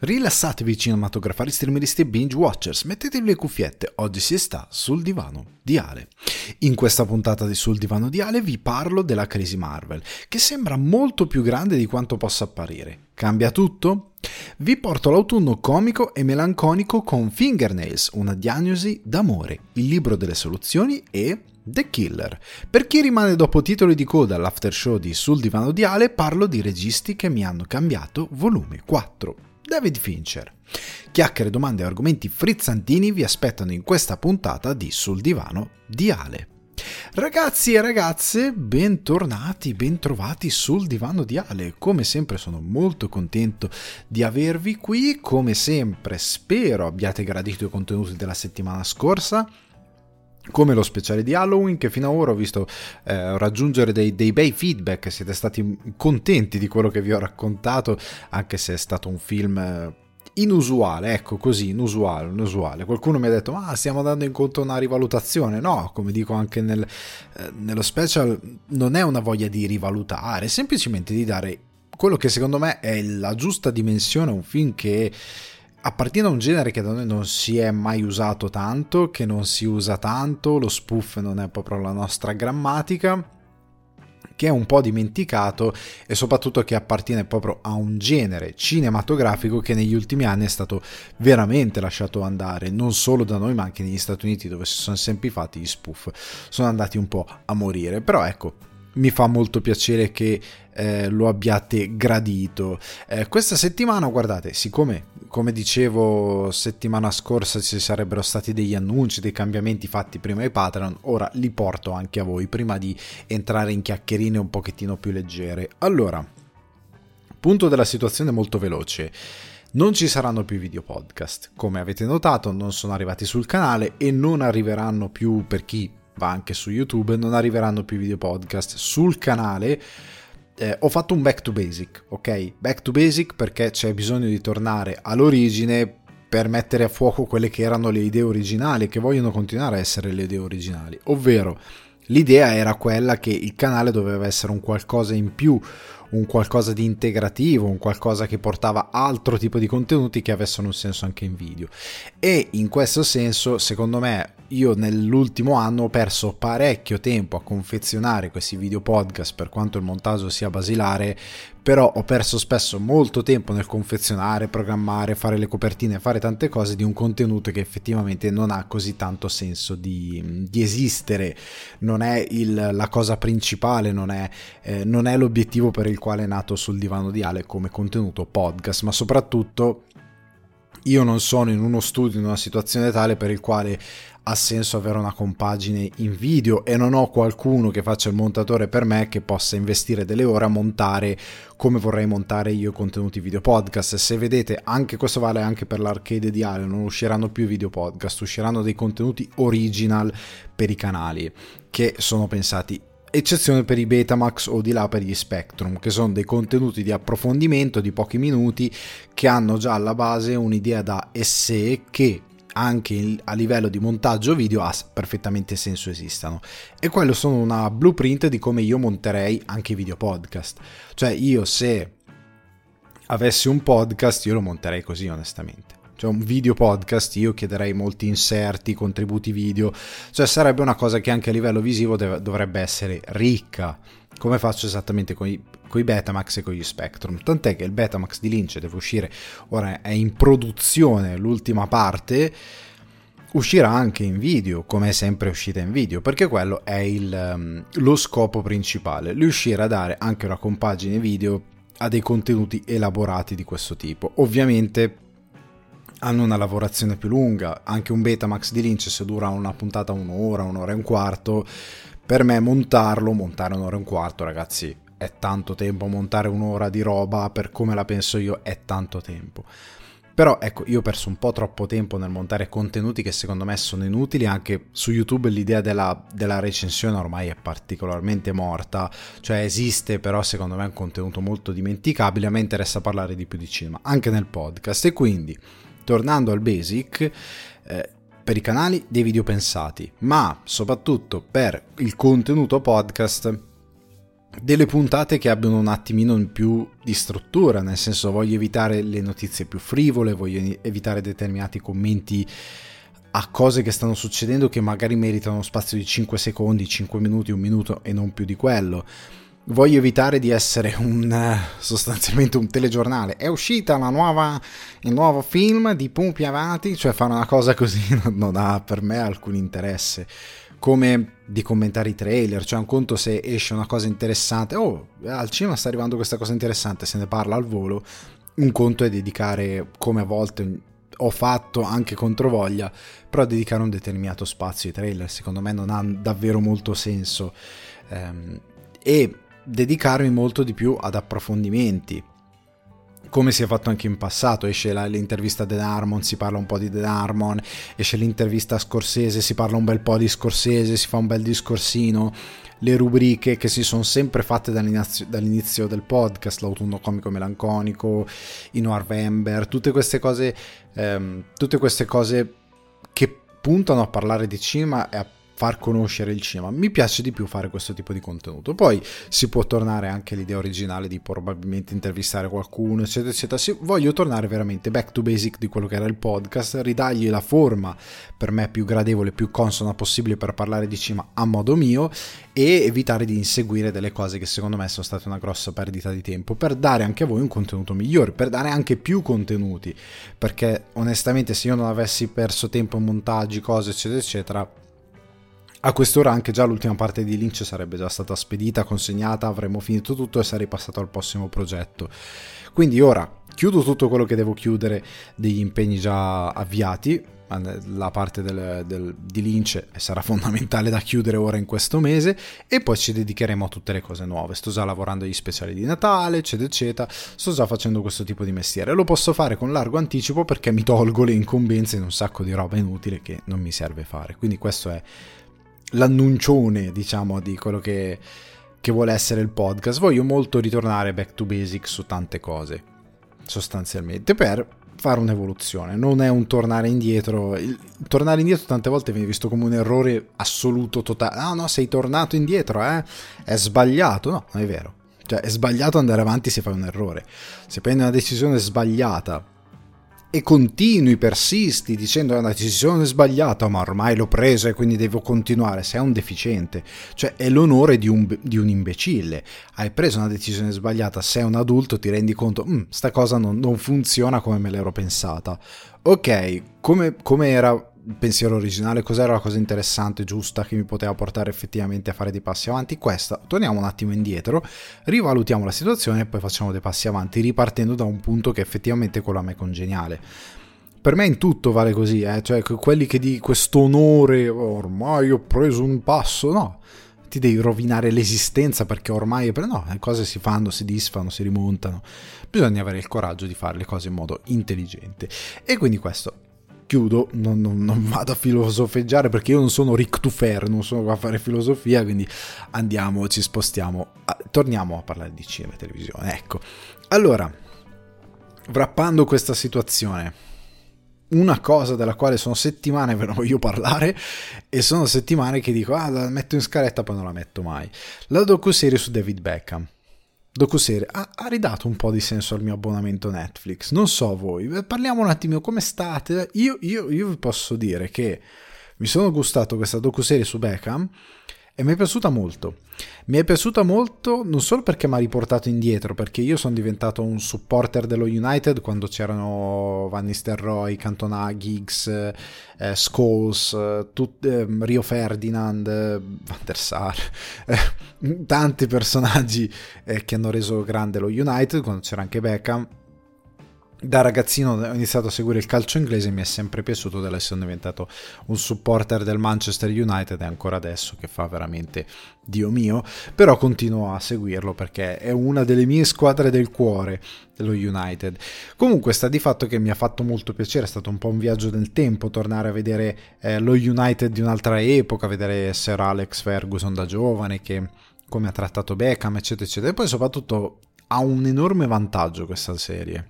Rilassatevi cinematografari, streameristi e binge watchers, mettetevi le cuffiette, oggi si sta sul divano di Ale. In questa puntata di Sul divano di Ale vi parlo della crisi Marvel, che sembra molto più grande di quanto possa apparire. Cambia tutto? Vi porto l'autunno comico e melanconico con Fingernails, una diagnosi d'amore, il libro delle soluzioni e The Killer. Per chi rimane dopo titoli di coda all'after show di Sul divano di Ale, parlo di registi che mi hanno cambiato volume 4. David Fincher. Chiacchiere, domande e argomenti frizzantini vi aspettano in questa puntata di Sul divano di Ale. Ragazzi e ragazze, bentornati, bentrovati sul divano di Ale. Come sempre sono molto contento di avervi qui, come sempre spero abbiate gradito i contenuti della settimana scorsa, come lo speciale di Halloween, che fino ad ora ho visto raggiungere dei bei feedback. Siete stati contenti di quello che vi ho raccontato, anche se è stato un film inusuale, ecco così, inusuale. Qualcuno mi ha detto ma stiamo andando incontro a una rivalutazione. No, come dico anche nello special, non è una voglia di rivalutare, è semplicemente di dare quello che secondo me è la giusta dimensione a un film che appartiene a un genere che da noi non si è mai usato tanto, che non si usa tanto, lo spoof non è proprio la nostra grammatica, che è un po' dimenticato e soprattutto che appartiene proprio a un genere cinematografico che negli ultimi anni è stato veramente lasciato andare, non solo da noi ma anche negli Stati Uniti, dove si sono sempre fatti gli spoof, sono andati un po' a morire. Però ecco, mi fa molto piacere che lo abbiate gradito. Questa settimana, guardate, siccome come dicevo settimana scorsa ci sarebbero stati degli annunci, dei cambiamenti fatti prima ai Patreon, ora li porto anche a voi prima di entrare in chiacchierine un pochettino più leggere. Allora, punto della situazione molto veloce. Non ci saranno più video podcast, come avete notato non sono arrivati sul canale e non arriveranno più, per chi va anche su YouTube, non arriveranno più video podcast sul canale. Ho fatto un back to basic, ok? Back to basic perché c'è bisogno di tornare all'origine per mettere a fuoco quelle che erano le idee originali, che vogliono continuare a essere le idee originali, ovvero l'idea era quella che il canale doveva essere un qualcosa in più, un qualcosa di integrativo, un qualcosa che portava altro tipo di contenuti che avessero un senso anche in video. E in questo senso, secondo me, io nell'ultimo anno ho perso parecchio tempo a confezionare questi video podcast, per quanto il montaggio sia basilare, però ho perso spesso molto tempo nel confezionare, programmare, fare le copertine, fare tante cose di un contenuto che effettivamente non ha così tanto senso di esistere, non è la cosa principale, non è l'obiettivo per il quale è nato Sul divano di Ale come contenuto podcast, ma soprattutto io non sono in uno studio, in una situazione tale per il quale ha senso avere una compagine in video e non ho qualcuno che faccia il montatore per me, che possa investire delle ore a montare come vorrei montare io contenuti video podcast. Se vedete, anche questo vale anche per l'arcade di Ale, non usciranno più video podcast, usciranno dei contenuti original per i canali che sono pensati, eccezione per i Betamax o di là per gli Spectrum, che sono dei contenuti di approfondimento di pochi minuti che hanno già alla base un'idea da sé, che anche a livello di montaggio video ha perfettamente senso esistano, e quello sono una blueprint di come io monterei anche i video podcast. Cioè io, se avessi un podcast, io lo monterei così, onestamente. Cioè un video podcast io chiederei molti inserti, contributi video, cioè sarebbe una cosa che anche a livello visivo dovrebbe essere ricca, come faccio esattamente con i Betamax e con gli Spectrum. Tant'è che il Betamax di Lynch deve uscire, ora è in produzione l'ultima parte, uscirà anche in video, come è sempre uscita in video, perché quello è lo scopo principale, riuscire a dare anche una compagine video a dei contenuti elaborati di questo tipo. Ovviamente hanno una lavorazione più lunga, anche un Betamax di Lynch se dura una puntata un'ora e un quarto, per me montare un'ora e un quarto, ragazzi, è tanto tempo. Montare un'ora di roba, per come la penso io, è tanto tempo. Però ecco, io ho perso un po' troppo tempo nel montare contenuti che secondo me sono inutili. Anche su YouTube l'idea della recensione ormai è particolarmente morta, cioè esiste, però secondo me è un contenuto molto dimenticabile. A me interessa parlare di più di cinema, anche nel podcast, e quindi tornando al basic, per i canali dei video pensati, ma soprattutto per il contenuto podcast delle puntate che abbiano un attimino in più di struttura, nel senso voglio evitare le notizie più frivole, voglio evitare determinati commenti a cose che stanno succedendo che magari meritano uno spazio di 5 secondi, 5 minuti, 1 minuto e non più di quello. Voglio evitare di essere sostanzialmente un telegiornale. È uscita il nuovo film di Pumpi Avanti, cioè fare una cosa così non ha per me alcun interesse. Come di commentare i trailer, cioè un conto se esce una cosa interessante, al cinema sta arrivando questa cosa interessante, se ne parla al volo. Un conto è dedicare, come a volte ho fatto anche controvoglia, però dedicare un determinato spazio ai trailer secondo me non ha davvero molto senso, e dedicarmi molto di più ad approfondimenti, come si è fatto anche in passato. Esce l'intervista a Dan Harmon, si parla un po' di Dan Harmon, esce l'intervista a Scorsese, si parla un bel po' di Scorsese, si fa un bel discorsino, le rubriche che si sono sempre fatte dall'inizio del podcast, l'autunno comico melanconico, i Noirvember, tutte queste cose che puntano a parlare di cinema e a far conoscere il cinema. Mi piace di più fare questo tipo di contenuto. Poi si può tornare anche all'idea originale di probabilmente intervistare qualcuno, eccetera eccetera. Voglio tornare veramente back to basic di quello che era il podcast, ridargli la forma per me più gradevole, più consona possibile per parlare di cinema a modo mio, e evitare di inseguire delle cose che secondo me sono state una grossa perdita di tempo, per dare anche a voi un contenuto migliore, per dare anche più contenuti, perché onestamente se io non avessi perso tempo in montaggi, cose eccetera eccetera, a quest'ora anche già l'ultima parte di Lynch sarebbe già stata spedita, consegnata, avremmo finito tutto e sarei passato al prossimo progetto. Quindi ora chiudo tutto quello che devo chiudere degli impegni già avviati. La parte di Lynch sarà fondamentale da chiudere ora in questo mese, e poi ci dedicheremo a tutte le cose nuove. Sto già lavorando agli speciali di Natale, eccetera eccetera. Sto già facendo questo tipo di mestiere. Lo posso fare con largo anticipo perché mi tolgo le incombenze in un sacco di roba inutile che non mi serve fare. Quindi questo è l'annuncione, diciamo, di quello che vuole essere il podcast. Voglio molto ritornare back to basic su tante cose, sostanzialmente, per fare un'evoluzione. Non è un tornare indietro. Tornare indietro tante volte viene visto come un errore assoluto, totale. No, sei tornato indietro, è sbagliato. No, non è vero. Cioè, è sbagliato andare avanti se fai un errore. Se prendi una decisione sbagliata e continui, persisti dicendo è una decisione sbagliata, ma ormai l'ho presa e quindi devo continuare, sei un deficiente. Cioè è l'onore di un imbecille. Hai preso una decisione sbagliata, sei un adulto, ti rendi conto sta cosa non funziona come me l'ero pensata. Ok, come era il pensiero originale, cos'era la cosa interessante, giusta, che mi poteva portare effettivamente a fare dei passi avanti? Questa, torniamo un attimo indietro, rivalutiamo la situazione e poi facciamo dei passi avanti, ripartendo da un punto che effettivamente è quello a me congeniale. Per me in tutto vale così, cioè quelli che di questo onore, ormai ho preso un passo, no, ti devi rovinare l'esistenza perché ormai no, le cose si fanno, si disfanno, si rimontano, bisogna avere il coraggio di fare le cose in modo intelligente. E quindi questo, chiudo, non vado a filosofeggiare perché io non sono Ric Dufer, non sono qua a fare filosofia, quindi andiamo, ci spostiamo, torniamo a parlare di cinema e televisione. Ecco, allora, wrappando questa situazione, una cosa della quale sono settimane ve ne voglio parlare, e sono settimane che dico la metto in scaletta, poi non la metto mai. La docuserie su David Beckham. Docuserie ha ridato un po' di senso al mio abbonamento Netflix. Non so voi, parliamo un attimo, come state? Io vi posso dire che mi sono gustato questa docuserie su Beckham e mi è piaciuta molto. Mi è piaciuta molto non solo perché mi ha riportato indietro, perché io sono diventato un supporter dello United quando c'erano Van Nistelrooy, Cantona, Giggs, Scholes, Rio Ferdinand, Van der Sar, tanti personaggi che hanno reso grande lo United, quando c'era anche Beckham. Da ragazzino ho iniziato a seguire il calcio inglese e mi è sempre piaciuto, da essere diventato un supporter del Manchester United, e ancora adesso che fa veramente Dio mio, però continuo a seguirlo perché è una delle mie squadre del cuore, dello United. Comunque sta di fatto che mi ha fatto molto piacere, è stato un po' un viaggio nel tempo tornare a vedere lo United di un'altra epoca, vedere Sir Alex Ferguson da giovane, che come ha trattato Beckham, eccetera eccetera. E poi soprattutto ha un enorme vantaggio questa serie,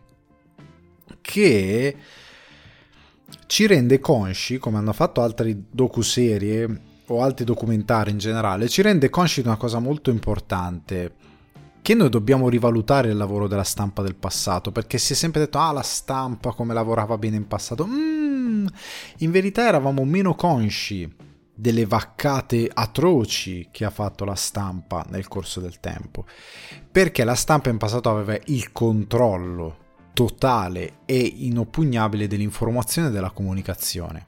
che ci rende consci, come hanno fatto altre docuserie o altri documentari in generale ci rende consci di una cosa molto importante, che noi dobbiamo rivalutare il lavoro della stampa del passato, perché si è sempre detto la stampa come lavorava bene in passato. In verità eravamo meno consci delle vaccate atroci che ha fatto la stampa nel corso del tempo, perché la stampa in passato aveva il controllo totale e inoppugnabile dell'informazione e della comunicazione.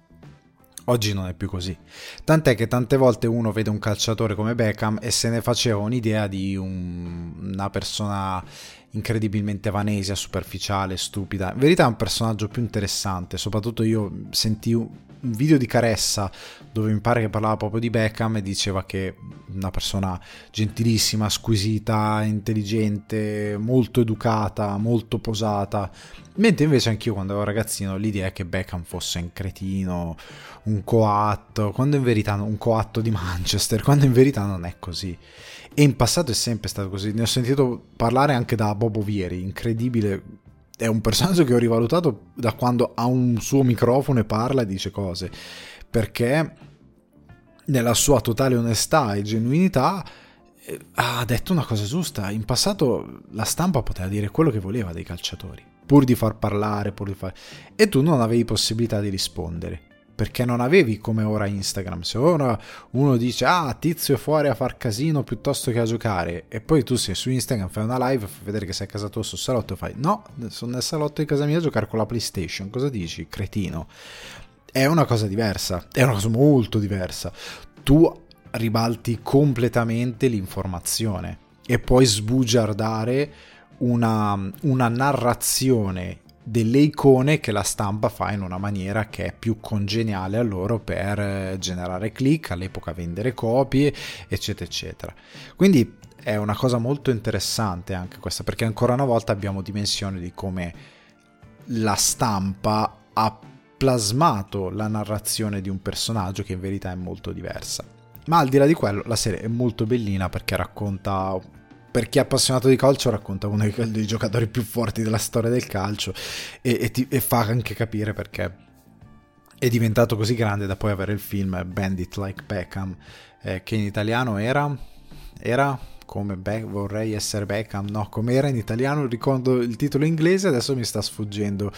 Oggi non è più così, tant'è che tante volte uno vede un calciatore come Beckham e se ne faceva un'idea di una persona incredibilmente vanesia, superficiale, stupida. In verità è un personaggio più interessante. Soprattutto io sentii un video di Caressa dove mi pare che parlava proprio di Beckham e diceva che una persona gentilissima, squisita, intelligente, molto educata, molto posata, mentre invece anch'io quando ero ragazzino l'idea è che Beckham fosse un cretino, un coatto, quando in verità un coatto di Manchester, quando in verità non è così. E in passato è sempre stato così. Ne ho sentito parlare anche da Bobo Vieri, incredibile. È un personaggio che ho rivalutato da quando ha un suo microfono e parla e dice cose, perché nella sua totale onestà e genuinità ha detto una cosa giusta. In passato la stampa poteva dire quello che voleva dei calciatori, pur di far parlare, e tu non avevi possibilità di rispondere, perché non avevi come ora Instagram. Se ora uno dice Tizio è fuori a far casino piuttosto che a giocare, e poi tu sei su Instagram, fai una live, fai vedere che sei a casa tua sul salotto e fai no, sono nel salotto di casa mia a giocare con la PlayStation, cosa dici, cretino? È una cosa diversa, è una cosa molto diversa. Tu ribalti completamente l'informazione e puoi sbugiardare una narrazione delle icone che la stampa fa in una maniera che è più congeniale a loro per generare click, all'epoca vendere copie, eccetera eccetera. Quindi è una cosa molto interessante anche questa, perché ancora una volta abbiamo dimensione di come la stampa ha plasmato la narrazione di un personaggio che in verità è molto diversa. Ma al di là di quello la serie è molto bellina, perché racconta, per chi è appassionato di calcio, racconta uno dei giocatori più forti della storia del calcio e fa anche capire perché è diventato così grande da poi avere il film Bandit Like Beckham, che in italiano era come vorrei essere Beckham, no, come era in italiano, ricordo il titolo inglese, adesso mi sta sfuggendo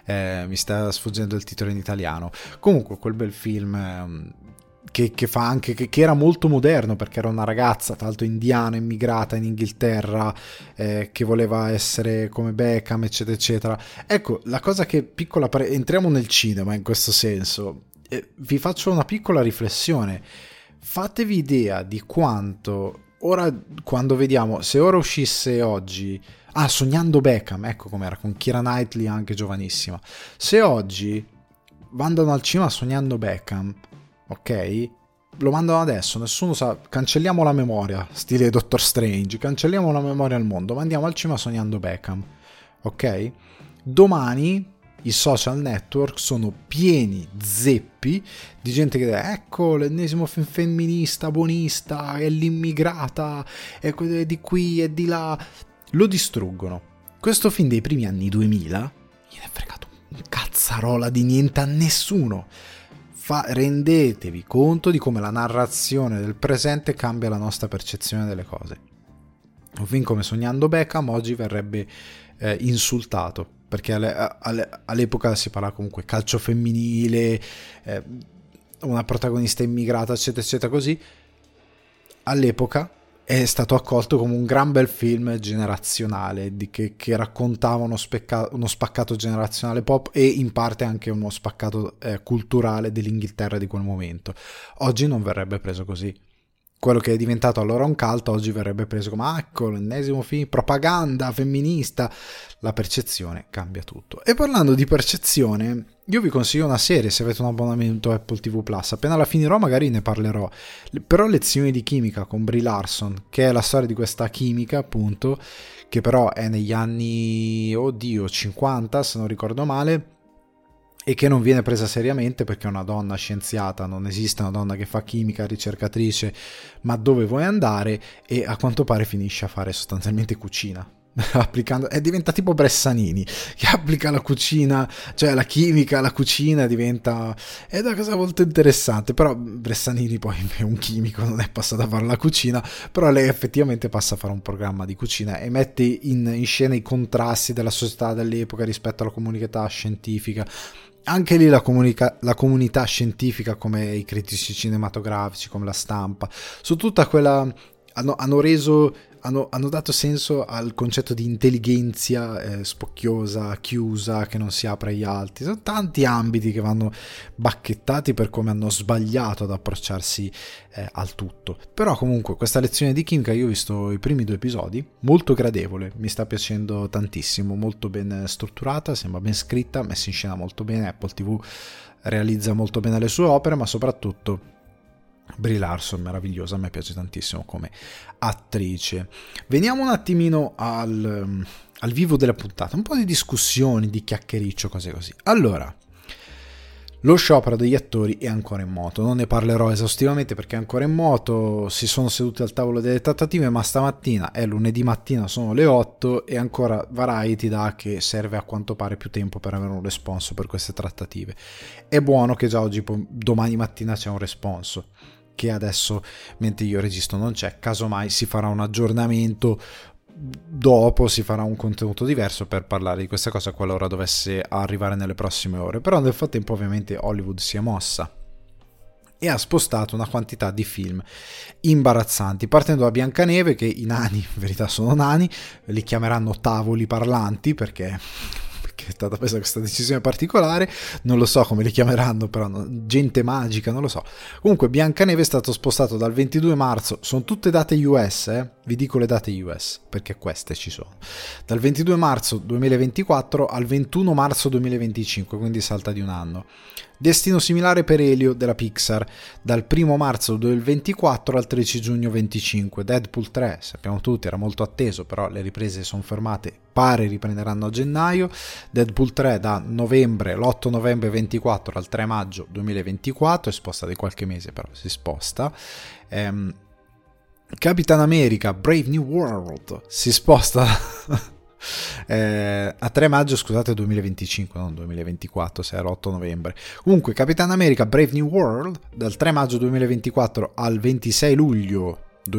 il titolo in italiano. Comunque quel bel film che fa anche che era molto moderno, perché era una ragazza tra l'altro indiana immigrata in Inghilterra, che voleva essere come Beckham, eccetera eccetera. Ecco, la cosa che piccola entriamo nel cinema in questo senso, vi faccio una piccola riflessione. Fatevi idea di quanto ora, quando vediamo, se ora uscisse oggi Sognando Beckham, ecco com'era, con Keira Knightley anche giovanissima, se oggi mandano al cinema Sognando Beckham, ok, lo mandano adesso, nessuno sa, cancelliamo la memoria, stile Doctor Strange, cancelliamo la memoria al mondo, mandiamo al cinema Sognando Beckham, ok? Domani i social network sono pieni zeppi di gente che dice ecco l'ennesimo film femminista, buonista, è l'immigrata, è di qui e di là, lo distruggono. Questo film dei primi anni 2000 gliene è fregato un cazzarola di niente a nessuno. Rendetevi conto di come la narrazione del presente cambia la nostra percezione delle cose. Un film come Sognando Beckham oggi verrebbe insultato, perché all'epoca si parla comunque calcio femminile, una protagonista immigrata, eccetera eccetera, così. All'epoca è stato accolto come un gran bel film generazionale che raccontava uno spaccato generazionale pop e in parte anche uno spaccato culturale dell'Inghilterra di quel momento. Oggi non verrebbe preso così. Quello che è diventato allora un cult oggi verrebbe preso come ecco l'ennesimo film propaganda femminista. La percezione cambia tutto. E parlando di percezione, io vi consiglio una serie se avete un abbonamento Apple TV Plus. Appena la finirò magari ne parlerò, però Lezioni di chimica con Brie Larson, che è la storia di questa chimica appunto, che però è negli anni 50 se non ricordo male, e che non viene presa seriamente perché è una donna scienziata, non esiste una donna che fa chimica, ricercatrice, ma dove vuoi andare, e a quanto pare finisce a fare sostanzialmente cucina. applicando, e diventa tipo Bressanini che applica la cucina, cioè la chimica alla cucina, diventa, è una cosa molto interessante. Però Bressanini poi è un chimico, non è passato a fare la cucina, però lei effettivamente passa a fare un programma di cucina e mette in scena i contrasti della società dell'epoca rispetto alla comunità scientifica. Anche lì la comunità scientifica, come i critici cinematografici, come la stampa, su tutta quella hanno dato senso al concetto di intelligenza spocchiosa, chiusa, che non si apre agli altri. Sono tanti ambiti che vanno bacchettati per come hanno sbagliato ad approcciarsi al tutto. Però comunque questa lezione di chimica, io ho visto i primi 2 episodi, molto gradevole, mi sta piacendo tantissimo, molto ben strutturata, sembra ben scritta, messa in scena molto bene. Apple TV realizza molto bene le sue opere, ma soprattutto Brie Larson meravigliosa, a me piace tantissimo come attrice. Veniamo un attimino al vivo della puntata, un po' di discussioni, di chiacchiericcio, cose così. Allora, lo sciopero degli attori è ancora in moto, non ne parlerò esaustivamente perché è ancora in moto, si sono seduti al tavolo delle trattative, ma stamattina è lunedì mattina, sono le 8 e ancora Variety dà che serve a quanto pare più tempo per avere un responso per queste trattative. È buono che già oggi, domani mattina c'è un responso, che adesso mentre io registro non c'è, casomai si farà un aggiornamento, dopo si farà un contenuto diverso per parlare di questa cosa qualora dovesse arrivare nelle prossime ore. Però nel frattempo ovviamente Hollywood si è mossa e ha spostato una quantità di film imbarazzanti, partendo da Biancaneve, che i nani in verità sono nani, li chiameranno tavoli parlanti perché è stata presa questa decisione particolare, non lo so come li chiameranno, però gente magica, non lo so. Comunque Biancaneve è stato spostato dal 22 marzo, sono tutte date US, vi dico le date US perché queste ci sono, dal 22 marzo 2024 al 21 marzo 2025, quindi salta di un anno. Destino similare per Elio della Pixar, dal 1 marzo 2024 al 13 giugno 2025. Deadpool 3, sappiamo tutti, era molto atteso, però le riprese sono fermate, pare riprenderanno a gennaio. Deadpool 3 da novembre, l'8 novembre 24 al 3 maggio 2024, è sposta di qualche mese, però si sposta. Capitan America Brave New World si sposta a 3 maggio, scusate, 2025, non 2024, se era 8 novembre. Comunque Capitan America Brave New World dal 3 maggio 2024 al 26 luglio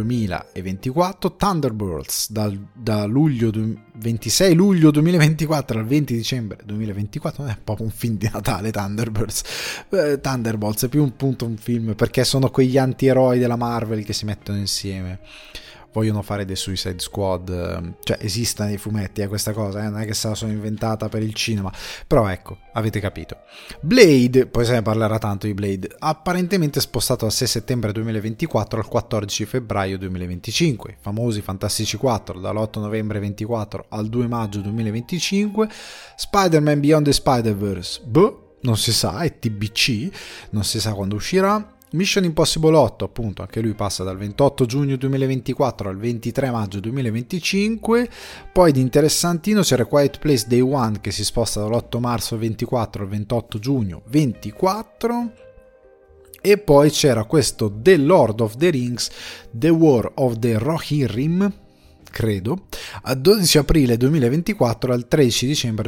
2024. Thunderbirds da 26 luglio 2024 al 20 dicembre 2024. Non è proprio un film di Natale Thunderbirds, Thunderbolts è più un film, perché sono quegli antieroi della Marvel che si mettono insieme, vogliono fare dei Suicide Squad, cioè esiste nei fumetti questa cosa, non è che se la sono inventata per il cinema, però ecco, avete capito. Blade, poi se ne parlerà tanto di Blade, apparentemente spostato dal 6 settembre 2024 al 14 febbraio 2025, i famosi Fantastici 4 dall'8 novembre 24 al 2 maggio 2025, Spider-Man Beyond the Spider-Verse, non si sa, è TBC, non si sa quando uscirà. Mission Impossible 8, appunto, anche lui passa dal 28 giugno 2024 al 23 maggio 2025. Poi di interessantino c'era Quiet Place Day One, che si sposta dall'8 marzo 24 al 28 giugno 24. E poi c'era questo The Lord of the Rings, The War of the Rohirrim, credo, a 12 aprile 2024 al 13 dicembre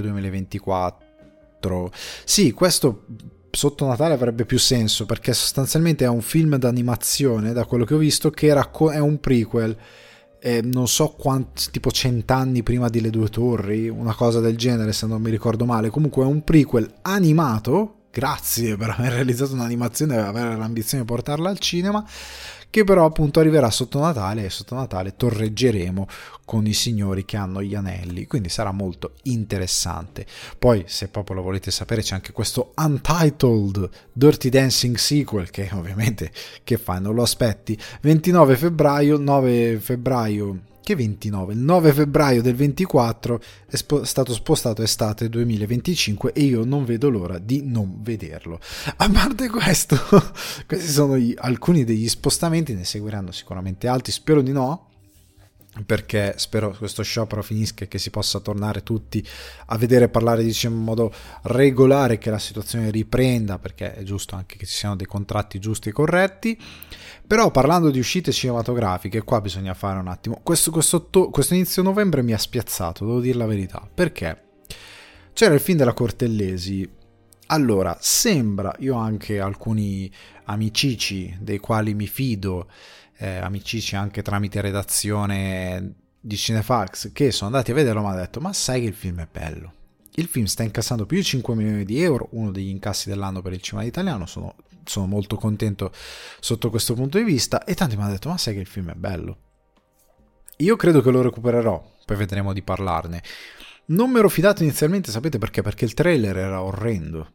2024. Sì, questo sotto Natale avrebbe più senso, perché sostanzialmente è un film d'animazione, da quello che ho visto, che è un prequel, non so quanti, tipo 100 anni prima di Le Due Torri, una cosa del genere se non mi ricordo male. Comunque è un prequel animato, grazie per aver realizzato un'animazione e avere l'ambizione di portarla al cinema, che però appunto arriverà sotto Natale, e sotto Natale torreggeremo con i signori che hanno gli anelli, quindi sarà molto interessante. Poi, se proprio lo volete sapere, c'è anche questo Untitled Dirty Dancing sequel, che ovviamente, che fai, non lo aspetti, 29 febbraio, 9 febbraio, che 29? Il 9 febbraio del 24 è stato spostato estate 2025 e io non vedo l'ora di non vederlo. A parte questo, questi sono alcuni degli spostamenti, ne seguiranno sicuramente altri, spero di no. perché spero questo sciopero finisca e che si possa tornare tutti a vedere e parlare, diciamo, in modo regolare, che la situazione riprenda, perché è giusto anche che ci siano dei contratti giusti e corretti. Però parlando di uscite cinematografiche, qua bisogna fare un attimo, questo inizio novembre mi ha spiazzato, devo dire la verità, perché c'era il film della Cortellesi. Allora, sembra, io ho anche alcuni amicici dei quali mi fido, amicici anche tramite redazione di Cinefax, che sono andati a vederlo, ma hanno detto: ma sai che il film è bello, il film sta incassando più di 5 milioni di euro, uno degli incassi dell'anno per il cinema italiano, sono molto contento sotto questo punto di vista, e tanti mi hanno detto: ma sai che il film è bello. Io credo che lo recupererò, poi vedremo di parlarne. Non mi ero fidato inizialmente, sapete perché? Perché il trailer era orrendo.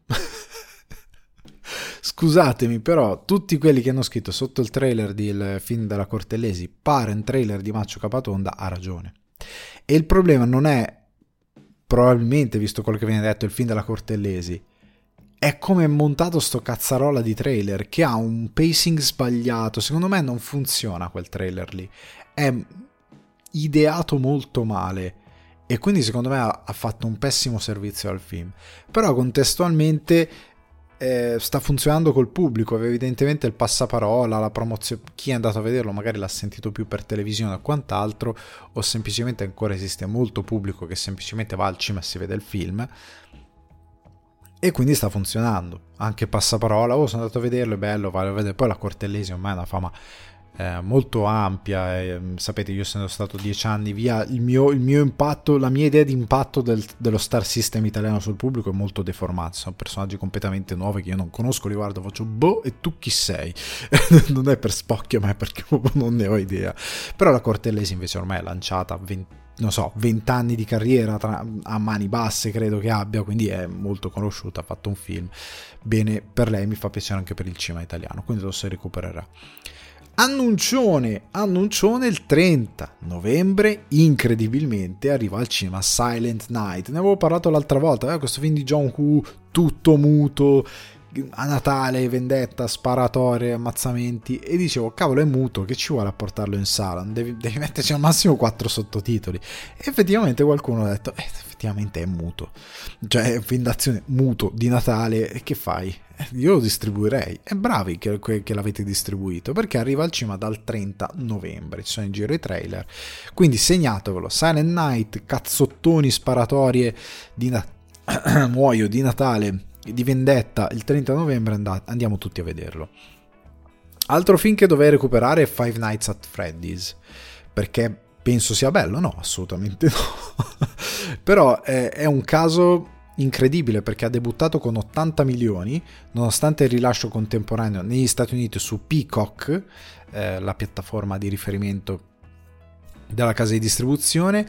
Scusatemi, però tutti quelli che hanno scritto sotto il trailer del film della Cortellesi pare un trailer di Maccio Capatonda, ha ragione. E il problema non è, probabilmente, visto quello che viene detto, il film della Cortellesi, è come è montato sto cazzarola di trailer, che ha un pacing sbagliato. Secondo me non funziona quel trailer lì, è ideato molto male, e quindi secondo me ha fatto un pessimo servizio al film. Però contestualmente sta funzionando col pubblico, evidentemente il passaparola, la promozione, chi è andato a vederlo magari l'ha sentito più per televisione o quant'altro, o semplicemente ancora esiste molto pubblico che semplicemente va al cinema e si vede il film, e quindi sta funzionando. Anche passaparola: oh, sono andato a vederlo, è bello, vale a vedere. Poi la Cortellesi ormai ha una fama molto ampia, sapete, io essendo stato 10 anni via, il mio impatto, la mia idea di impatto dello star system italiano sul pubblico è molto deformato. Sono personaggi completamente nuovi che io non conosco, li guardo, faccio boh, e tu chi sei? Non è per spocchio, ma è perché non ne ho idea. Però la Cortellesi invece ormai è lanciata 20 anni di carriera a mani basse, credo che abbia, quindi è molto conosciuta, ha fatto un film, bene per lei, mi fa piacere anche per il cinema italiano, quindi lo si recupererà. Annuncione, il 30 novembre incredibilmente arriva al cinema Silent Night. Ne avevo parlato l'altra volta, questo film di John Woo tutto muto, a Natale, vendetta, sparatorie, ammazzamenti, e dicevo: cavolo, è muto, che ci vuole a portarlo in sala, devi metterci al massimo 4 sottotitoli. E effettivamente qualcuno ha detto: effettivamente è muto, cioè è un film d'azione muto di Natale, e che fai? Io lo distribuirei. E bravi che l'avete distribuito, perché arriva al cinema dal 30 novembre, ci sono in giro i trailer, quindi segnatevelo. Silent Night, cazzottoni, sparatorie di muoio di Natale, di vendetta, il 30 novembre, andiamo tutti a vederlo. Altro film che dovrei recuperare è Five Nights at Freddy's, perché penso sia bello. No, assolutamente no. Però è un caso incredibile, perché ha debuttato con 80 milioni nonostante il rilascio contemporaneo negli Stati Uniti su Peacock, la piattaforma di riferimento della casa di distribuzione,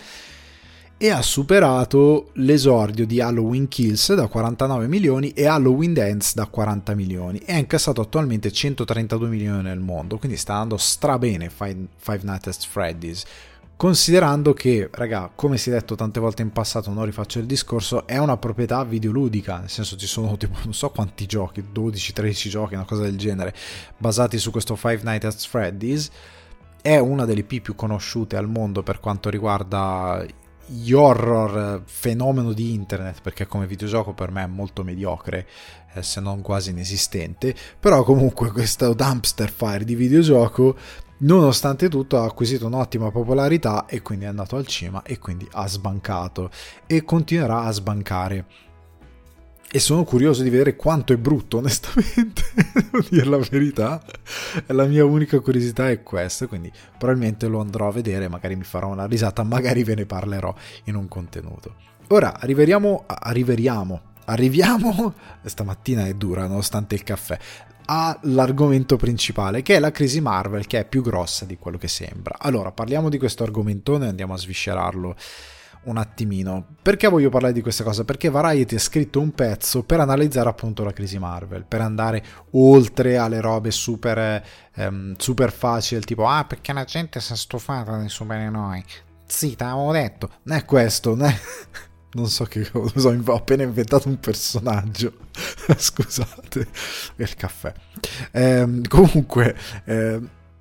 e ha superato l'esordio di Halloween Kills da 49 milioni e Halloween Ends da 40 milioni, e ha incassato attualmente 132 milioni nel mondo, quindi sta andando strabene Five Nights at Freddy's, considerando che, raga, come si è detto tante volte in passato, non rifaccio il discorso, è una proprietà videoludica, nel senso ci sono tipo non so quanti giochi, 12-13 giochi, una cosa del genere, basati su questo Five Nights at Freddy's. È una delle IP più conosciute al mondo per quanto riguarda gli horror, fenomeno di internet, perché come videogioco per me è molto mediocre, se non quasi inesistente. Però comunque questo dumpster fire di videogioco, nonostante tutto, ha acquisito un'ottima popolarità, e quindi è andato al cinema, e quindi ha sbancato e continuerà a sbancare. E sono curioso di vedere quanto è brutto, onestamente, devo dire la verità. La mia unica curiosità è questa, quindi probabilmente lo andrò a vedere, magari mi farò una risata, magari ve ne parlerò in un contenuto. Ora arriviamo, stamattina è dura nonostante il caffè, all'argomento principale, che è la crisi Marvel, che è più grossa di quello che sembra. Allora, parliamo di questo argomentone e andiamo a sviscerarlo un attimino. Perché voglio parlare di questa cosa? Perché Variety ha scritto un pezzo per analizzare appunto la crisi Marvel, per andare oltre alle robe super facili, tipo perché la gente si è stufata dei supereroi. Sì, te l'avevo detto. Non è questo, non so che cosa, ho appena inventato un personaggio. Scusate, il caffè. Comunque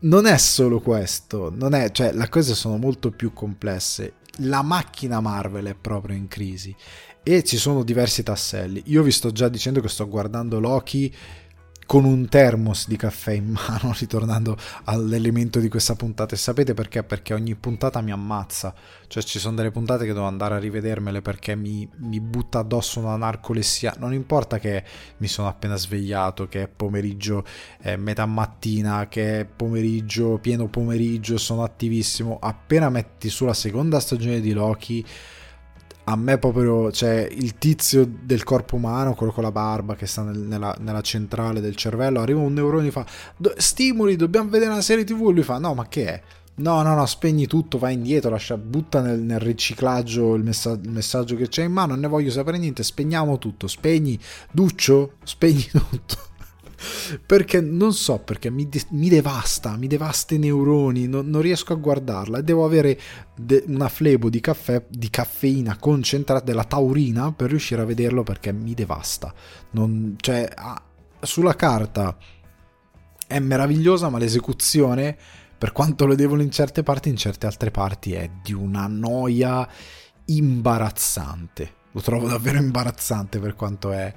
non è solo questo, non è, cioè le cose sono molto più complesse. La macchina Marvel è proprio in crisi e ci sono diversi tasselli. Io vi sto già dicendo che sto guardando Loki con un thermos di caffè in mano, ritornando all'elemento di questa puntata. E sapete perché? Perché ogni puntata mi ammazza. Cioè ci sono delle puntate che devo andare a rivedermele perché mi butta addosso una narcolessia. Non importa che mi sono appena svegliato, che è pomeriggio, metà mattina, che è pomeriggio, pieno pomeriggio, sono attivissimo. Appena metti sulla seconda stagione di Loki, a me proprio, cioè, il tizio del corpo umano, quello con la barba che sta nella centrale del cervello, arriva un neurone e fa stimoli, dobbiamo vedere una serie TV, e lui fa no, ma che è? No, spegni tutto, vai indietro, butta nel riciclaggio il messaggio che c'è in mano, non ne voglio sapere niente, spegniamo tutto, spegni Duccio, spegni tutto. Perché non so, perché mi devasta i neuroni, non riesco a guardarla e devo avere una flebo di caffeina concentrata, della taurina, per riuscire a vederlo, perché mi devasta. Cioè, sulla carta è meravigliosa, ma l'esecuzione, per quanto lodevole in certe parti, in certe altre parti è di una noia imbarazzante. Lo trovo davvero imbarazzante per quanto è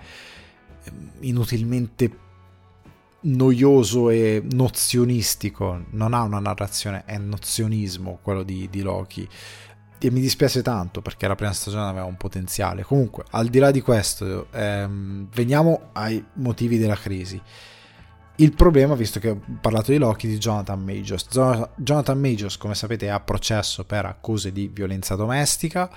inutilmente noioso e nozionistico. Non ha una narrazione, è nozionismo quello di Loki, e mi dispiace tanto perché la prima stagione aveva un potenziale. Comunque, al di là di questo, veniamo ai motivi della crisi. Il problema, visto che ho parlato di Loki, di Jonathan Majors. Jonathan Majors, come sapete, è a processo per accuse di violenza domestica.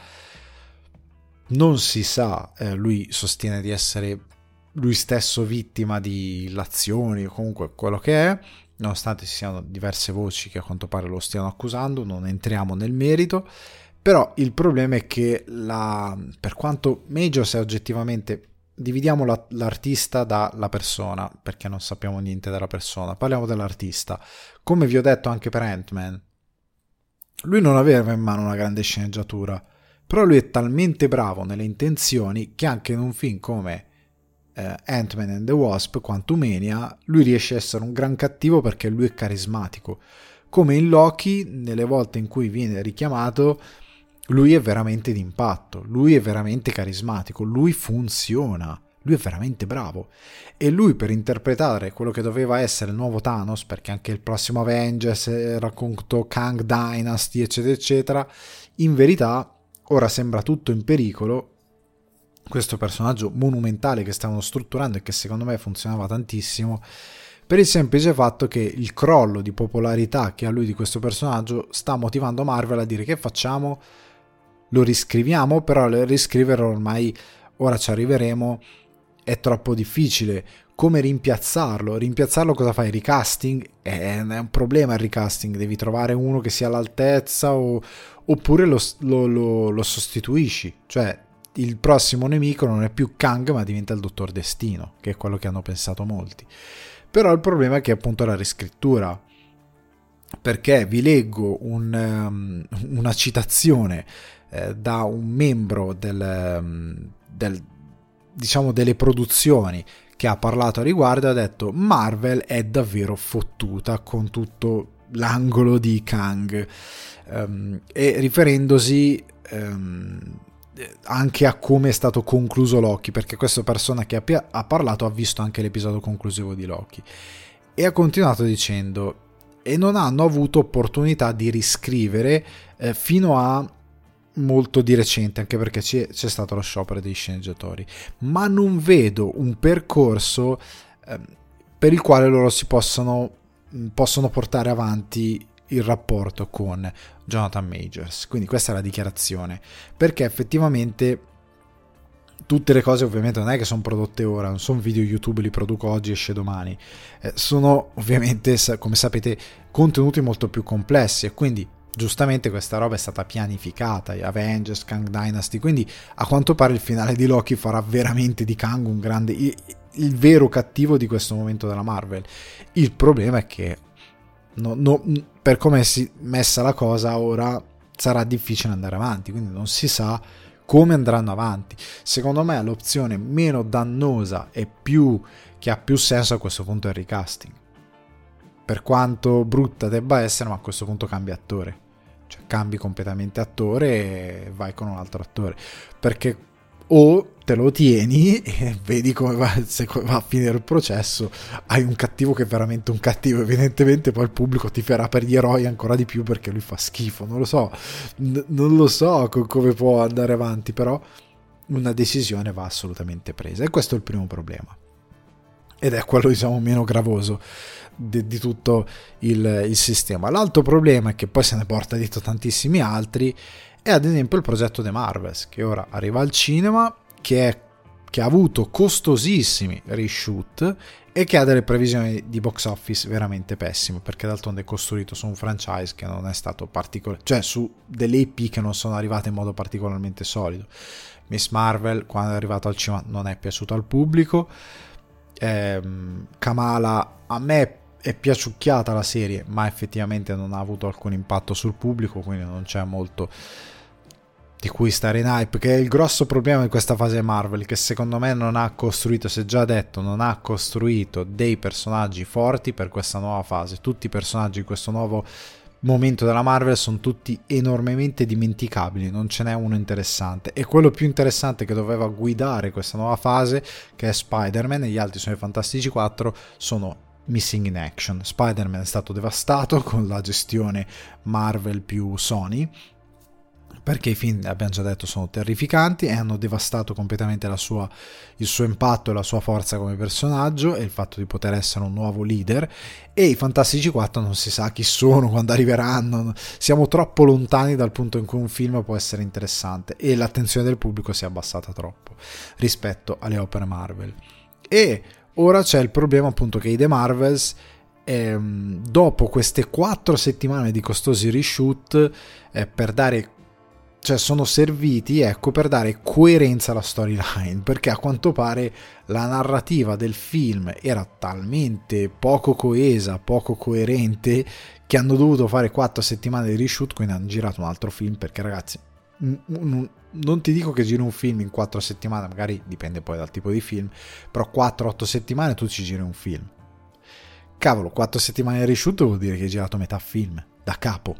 Non si sa, lui sostiene di essere lui stesso vittima di illazioni o comunque quello che è, nonostante ci siano diverse voci che a quanto pare lo stiano accusando. Non entriamo nel merito, però il problema è che per quanto Majors è oggettivamente, dividiamo l'artista dalla persona, perché non sappiamo niente della persona, parliamo dell'artista. Come vi ho detto anche per Ant-Man, lui non aveva in mano una grande sceneggiatura, però lui è talmente bravo nelle intenzioni che anche in un film come Ant-Man and the Wasp, Quantumania, lui riesce a essere un gran cattivo perché lui è carismatico. Come in Loki, nelle volte in cui viene richiamato, lui è veramente d'impatto, lui è veramente carismatico, lui funziona, lui è veramente bravo. E lui, per interpretare quello che doveva essere il nuovo Thanos, perché anche il prossimo Avengers raccontò Kang Dynasty eccetera eccetera, in verità ora sembra tutto in pericolo. Questo personaggio monumentale che stavano strutturando e che secondo me funzionava tantissimo, per il semplice fatto che il crollo di popolarità che ha lui di questo personaggio sta motivando Marvel a dire: che facciamo? Lo riscriviamo, però riscriverlo ormai, ora ci arriveremo, è troppo difficile. Come rimpiazzarlo? Rimpiazzarlo cosa fai? Recasting? È un problema il recasting, devi trovare uno che sia all'altezza oppure lo sostituisci. Cioè, il prossimo nemico non è più Kang ma diventa il Dottor Destino, che è quello che hanno pensato molti. Però il problema è che appunto la riscrittura, perché vi leggo una citazione da un membro diciamo delle produzioni che ha parlato a riguardo, ha detto: Marvel è davvero fottuta con tutto l'angolo di Kang, e riferendosi anche a come è stato concluso Loki, perché questa persona che ha parlato ha visto anche l'episodio conclusivo di Loki, e ha continuato dicendo: e non hanno avuto opportunità di riscrivere fino a molto di recente, anche perché c'è stato lo sciopero dei sceneggiatori, ma non vedo un percorso per il quale loro si possono portare avanti il rapporto con Jonathan Majors. Quindi questa è la dichiarazione, perché effettivamente tutte le cose ovviamente non è che sono prodotte ora, non sono video YouTube, li produco oggi, esce domani, sono ovviamente, come sapete, contenuti molto più complessi, e quindi giustamente questa roba è stata pianificata, Avengers, Kang Dynasty, quindi a quanto pare il finale di Loki farà veramente di Kang un grande, il vero cattivo di questo momento della Marvel. Il problema è che per come è messa la cosa ora sarà difficile andare avanti, quindi non si sa come andranno avanti. Secondo me l'opzione meno dannosa e che ha più senso a questo punto è il recasting, per quanto brutta debba essere, ma a questo punto cambia attore, cioè cambi completamente attore e vai con un altro attore, perché o te lo tieni e vedi come va, se va a finire il processo, hai un cattivo che è veramente un cattivo, evidentemente poi il pubblico ti farà per gli eroi ancora di più perché lui fa schifo, non lo so, non lo so come può andare avanti, però una decisione va assolutamente presa e questo è il primo problema ed è quello diciamo meno gravoso di tutto il sistema. L'altro problema è che poi se ne porta dietro tantissimi altri, è ad esempio il progetto The Marvels, che ora arriva al cinema, che ha avuto costosissimi reshoot e che ha delle previsioni di box office veramente pessime, perché d'altronde è costruito su un franchise che non è stato particolare, cioè su delle IP che non sono arrivate in modo particolarmente solido. Miss Marvel, quando è arrivato al cinema, non è piaciuto al pubblico. Kamala, a me è piaciucchiata la serie, ma effettivamente non ha avuto alcun impatto sul pubblico, quindi non c'è molto di cui stare in hype, che è il grosso problema di questa fase Marvel, che secondo me non ha costruito, si è già detto, non ha costruito dei personaggi forti per questa nuova fase. Tutti i personaggi di questo nuovo momento della Marvel sono tutti enormemente dimenticabili, non ce n'è uno interessante, e quello più interessante che doveva guidare questa nuova fase, che è Spider-Man, e gli altri sono i Fantastici 4, sono missing in action. Spider-Man è stato devastato con la gestione Marvel più Sony, perché i film, abbiamo già detto, sono terrificanti e hanno devastato completamente il suo impatto e la sua forza come personaggio e il fatto di poter essere un nuovo leader. E i Fantastici 4 non si sa chi sono, quando arriveranno, siamo troppo lontani dal punto in cui un film può essere interessante e l'attenzione del pubblico si è abbassata troppo rispetto alle opere Marvel. E ora c'è il problema appunto che i The Marvels, dopo queste 4 settimane di costosi reshoot, per dare, cioè sono serviti, ecco, per dare coerenza alla storyline, perché a quanto pare la narrativa del film era talmente poco coesa, poco coerente, che hanno dovuto fare 4 settimane di reshoot, quindi hanno girato un altro film, perché ragazzi, non ti dico che giri un film in 4 settimane, magari dipende poi dal tipo di film, però 4-8 settimane tu ci giri un film. Cavolo, 4 settimane di reshoot vuol dire che hai girato metà film, da capo.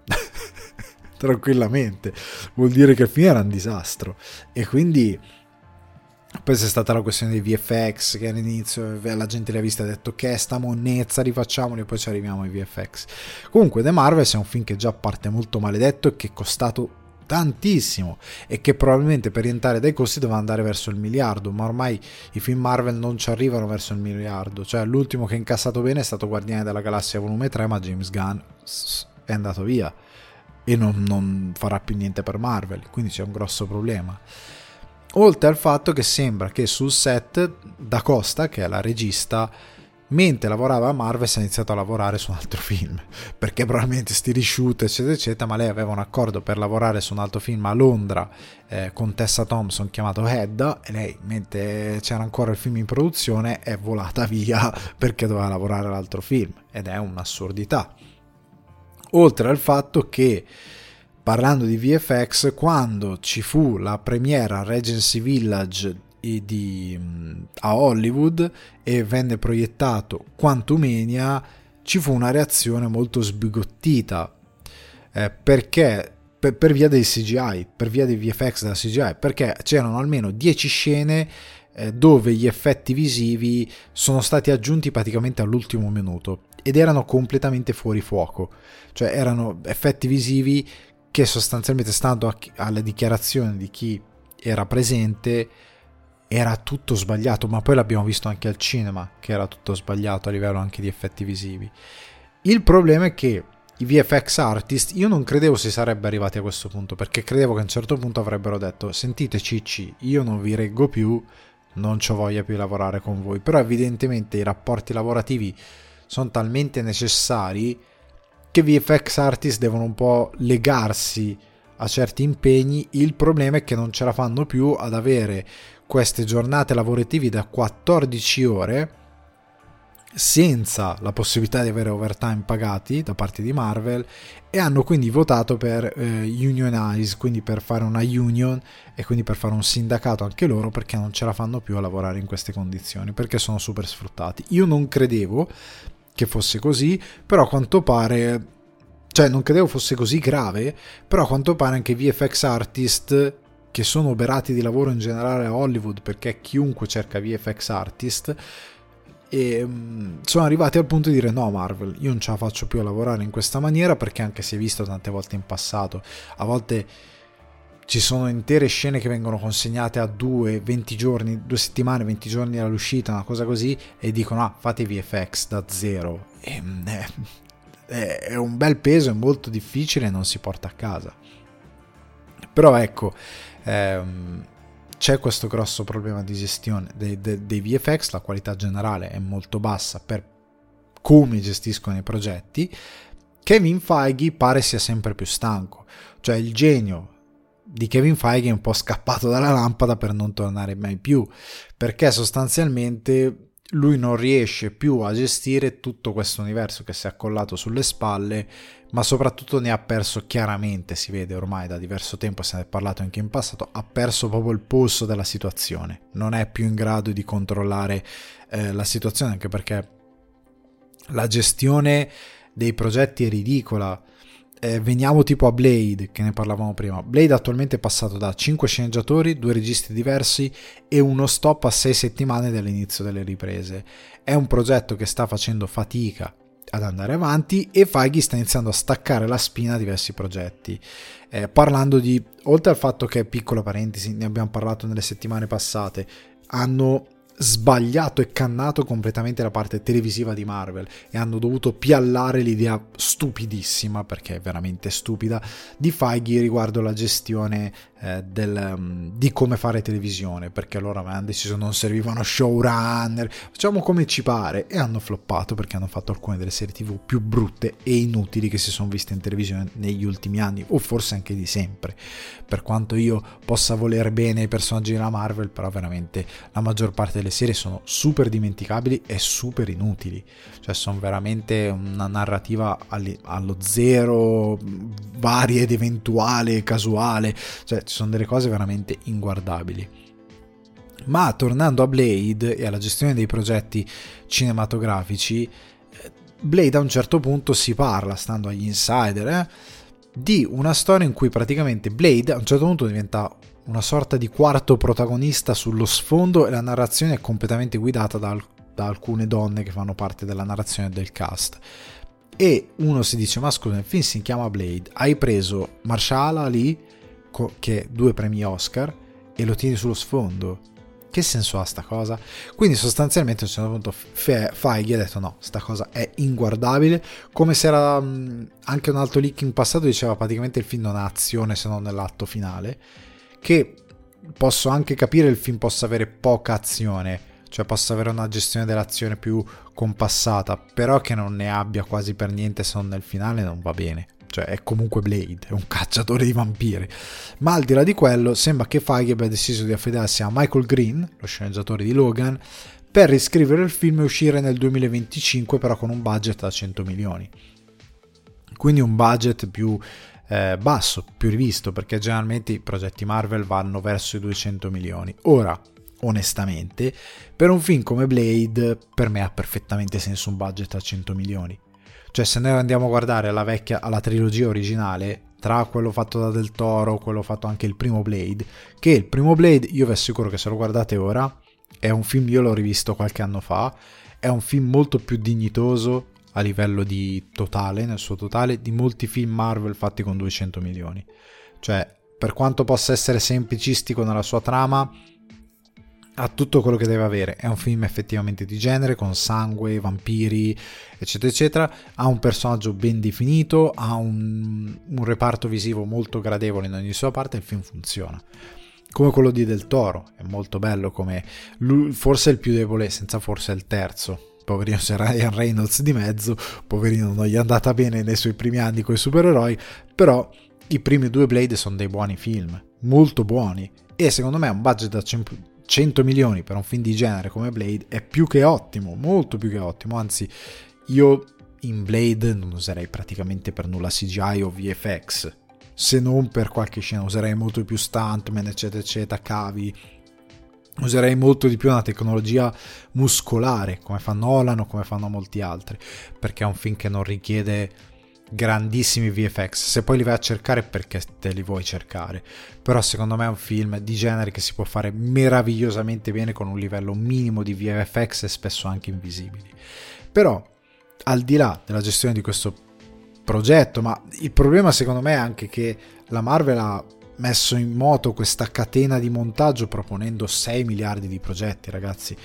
Tranquillamente, vuol dire che il film era un disastro. E quindi poi c'è stata la questione dei VFX, che all'inizio la gente li ha vista e ha detto che sta monnezza, rifacciamoli, e poi ci arriviamo ai VFX. Comunque The Marvels è un film che già parte molto maledetto e che è costato tantissimo e che probabilmente per rientrare dai costi doveva andare verso il miliardo, ma ormai i film Marvel non ci arrivano verso il miliardo. Cioè l'ultimo che ha incassato bene è stato Guardiani della Galassia volume 3, ma James Gunn è andato via e non farà più niente per Marvel, quindi c'è un grosso problema. Oltre al fatto che sembra che sul set Da Costa, che è la regista, mentre lavorava a Marvel si è iniziato a lavorare su un altro film, perché probabilmente sti reshoot eccetera eccetera, ma lei aveva un accordo per lavorare su un altro film a Londra con Tessa Thompson chiamato Hedda, e lei, mentre c'era ancora il film in produzione, è volata via perché doveva lavorare all'altro film, ed è un'assurdità. Oltre al fatto che, parlando di VFX, quando ci fu la premiera a Regency Village a Hollywood e venne proiettato Quantumania, ci fu una reazione molto sbigottita, perché per via dei CGI, per via dei VFX della CGI, perché c'erano almeno 10 scene dove gli effetti visivi sono stati aggiunti praticamente all'ultimo minuto ed erano completamente fuori fuoco, cioè erano effetti visivi che sostanzialmente, stando alle dichiarazioni di chi era presente, era tutto sbagliato, ma poi l'abbiamo visto anche al cinema che era tutto sbagliato a livello anche di effetti visivi. Il problema è che i VFX artist, io non credevo si sarebbe arrivati a questo punto, perché credevo che a un certo punto avrebbero detto: sentite cicci, io non vi reggo più, non c'ho voglia più di lavorare con voi. Però evidentemente i rapporti lavorativi sono talmente necessari che VFX artist devono un po' legarsi a certi impegni. Il problema è che non ce la fanno più ad avere queste giornate lavorative da 14 ore senza la possibilità di avere overtime pagati da parte di Marvel, e hanno quindi votato per unionize, quindi per fare una union e quindi per fare un sindacato anche loro, perché non ce la fanno più a lavorare in queste condizioni, perché sono super sfruttati. Io non credevo che fosse così, però a quanto pare, cioè non credevo fosse così grave, però a quanto pare anche VFX artist che sono oberati di lavoro in generale a Hollywood, perché chiunque cerca VFX artist, e sono arrivati al punto di dire no Marvel, io non ce la faccio più a lavorare in questa maniera, perché anche si è visto tante volte in passato, a volte ci sono intere scene che vengono consegnate a 20 giorni, 2 settimane, 20 giorni dall'uscita, una cosa così, e dicono fate VFX da zero, è un bel peso, è molto difficile e non si porta a casa. Però ecco, c'è questo grosso problema di gestione dei VFX, la qualità generale è molto bassa per come gestiscono i progetti. Kevin Feige pare sia sempre più stanco, cioè il genio di Kevin Feige è un po' scappato dalla lampada per non tornare mai più, perché sostanzialmente lui non riesce più a gestire tutto questo universo che si è accollato sulle spalle, ma soprattutto ne ha perso, chiaramente si vede ormai da diverso tempo, se ne è parlato anche in passato, ha perso proprio il polso della situazione, non è più in grado di controllare la situazione, anche perché la gestione dei progetti è ridicola. Veniamo tipo a Blade, che ne parlavamo prima. Blade attualmente è passato da 5 sceneggiatori, 2 registi diversi e uno stop a 6 settimane dall'inizio delle riprese. È un progetto che sta facendo fatica ad andare avanti e Feige sta iniziando a staccare la spina a diversi progetti, parlando di, oltre al fatto che, piccola parentesi, ne abbiamo parlato nelle settimane passate, hanno sbagliato e cannato completamente la parte televisiva di Marvel e hanno dovuto piallare l'idea stupidissima, perché è veramente stupida, di Feige riguardo la gestione di come fare televisione, perché loro avevano deciso non servivano showrunner, facciamo come ci pare, e hanno floppato perché hanno fatto alcune delle serie TV più brutte e inutili che si sono viste in televisione negli ultimi anni, o forse anche di sempre. Per quanto io possa voler bene i personaggi della Marvel, però veramente la maggior parte delle serie sono super dimenticabili e super inutili, cioè sono veramente una narrativa allo zero, varia ed eventuale, casuale, cioè ci sono delle cose veramente inguardabili. Ma tornando a Blade e alla gestione dei progetti cinematografici, Blade a un certo punto si parla, stando agli insider, di una storia in cui praticamente Blade a un certo punto diventa una sorta di quarto protagonista sullo sfondo e la narrazione è completamente guidata da alcune donne che fanno parte della narrazione del cast. E uno si dice, ma scusa, il film si chiama Blade, hai preso Mahershala Ali, che 2 premi Oscar, e lo tieni sullo sfondo, che senso ha sta cosa? Quindi sostanzialmente a un certo punto Feige ha detto no, sta cosa è inguardabile, come se era anche un altro leak in passato diceva praticamente il film non ha azione se non nell'atto finale, che posso anche capire il film possa avere poca azione, cioè possa avere una gestione dell'azione più compassata, però che non ne abbia quasi per niente se non nel finale non va bene. Cioè è comunque Blade, è un cacciatore di vampiri. Ma al di là di quello, sembra che Feige abbia deciso di affidarsi a Michael Green, lo sceneggiatore di Logan, per riscrivere il film e uscire nel 2025, però con un budget da 100 milioni. Quindi un budget più basso, più rivisto, perché generalmente i progetti Marvel vanno verso i 200 milioni. Ora, onestamente, per un film come Blade, per me ha perfettamente senso un budget a 100 milioni. Cioè, se noi andiamo a guardare alla trilogia originale, tra quello fatto da Del Toro, quello fatto anche il primo Blade, che il primo Blade, io vi assicuro che se lo guardate ora, è un film, io l'ho rivisto qualche anno fa, è un film molto più dignitoso a livello di totale, nel suo totale, di molti film Marvel fatti con 200 milioni. Cioè, per quanto possa essere semplicistico nella sua trama, ha tutto quello che deve avere. È un film effettivamente di genere, con sangue, vampiri, eccetera eccetera, ha un personaggio ben definito, ha un reparto visivo molto gradevole in ogni sua parte, il film funziona. Come quello di Del Toro, è molto bello, come lui, forse il più debole, senza forse il terzo, poverino c'è Ryan Reynolds di mezzo, poverino non gli è andata bene nei suoi primi anni con i supereroi, però i primi 2 Blade sono dei buoni film, molto buoni, e secondo me un budget da 100 milioni per un film di genere come Blade è più che ottimo, molto più che ottimo. Anzi, io in Blade non userei praticamente per nulla CGI o VFX, se non per qualche scena userei molto più stuntman, eccetera eccetera, cavi, Userei molto di più una tecnologia muscolare, come fa Nolan o come fanno molti altri, perché è un film che non richiede grandissimi VFX. Se poi li vai a cercare è perché te li vuoi cercare, però secondo me è un film di genere che si può fare meravigliosamente bene con un livello minimo di VFX e spesso anche invisibili. Però al di là della gestione di questo progetto, ma il problema secondo me è anche che la Marvel ha messo in moto questa catena di montaggio proponendo 6 miliardi di progetti, ragazzi.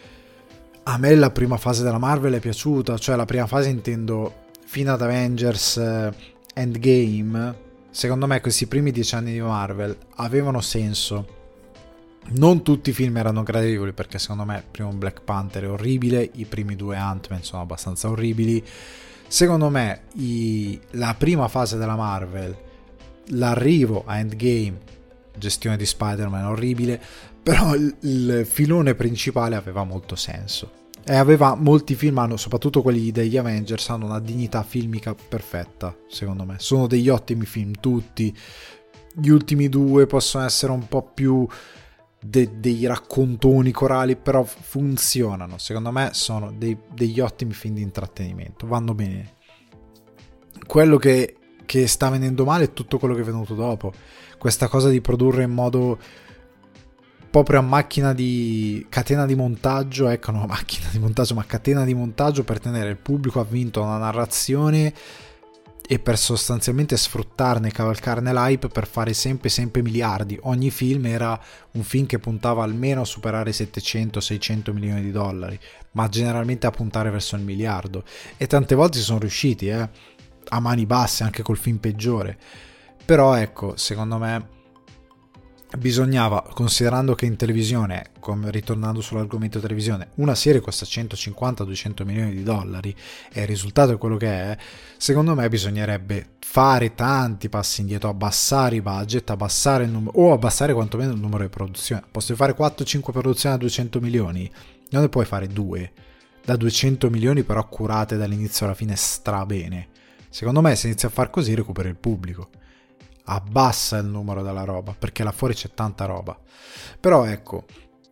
A me la prima fase della Marvel è piaciuta, cioè la prima fase intendo fino ad Avengers Endgame. Secondo me questi primi 10 anni di Marvel avevano senso. Non tutti i film erano gradevoli, perché secondo me il primo Black Panther è orribile, i primi 2 Ant-Man sono abbastanza orribili. Secondo me la prima fase della Marvel, l'arrivo a Endgame, gestione di Spider-Man orribile, però il filone principale aveva molto senso e aveva molti film, soprattutto quelli degli Avengers, hanno una dignità filmica perfetta. Secondo me sono degli ottimi film tutti. Gli ultimi 2 possono essere un po' più dei raccontoni corali, però funzionano, secondo me sono degli ottimi film di intrattenimento, vanno bene. Quello che sta venendo male è tutto quello che è venuto dopo, questa cosa di produrre in modo proprio a macchina di catena di montaggio, ecco, no, macchina di montaggio, ma catena di montaggio, per tenere il pubblico avvinto a una narrazione e per sostanzialmente sfruttarne, cavalcarne l'hype per fare sempre miliardi. Ogni film era un film che puntava almeno a superare 700-600 milioni di dollari, ma generalmente a puntare verso il miliardo, e tante volte ci sono riusciti, a mani basse, anche col film peggiore. Però ecco, secondo me bisognava, considerando che in televisione, come ritornando sull'argomento televisione, una serie costa 150-200 milioni di dollari e il risultato è quello che è, secondo me bisognerebbe fare tanti passi indietro, abbassare i budget, abbassare il numero, o abbassare quantomeno il numero di produzioni. Posso fare 4-5 produzioni a 200 milioni, non ne puoi fare 2 da 200 milioni però curate dall'inizio alla fine strabene. Secondo me se inizi a far così recuperi il pubblico, abbassa il numero della roba, perché là fuori c'è tanta roba. Però ecco,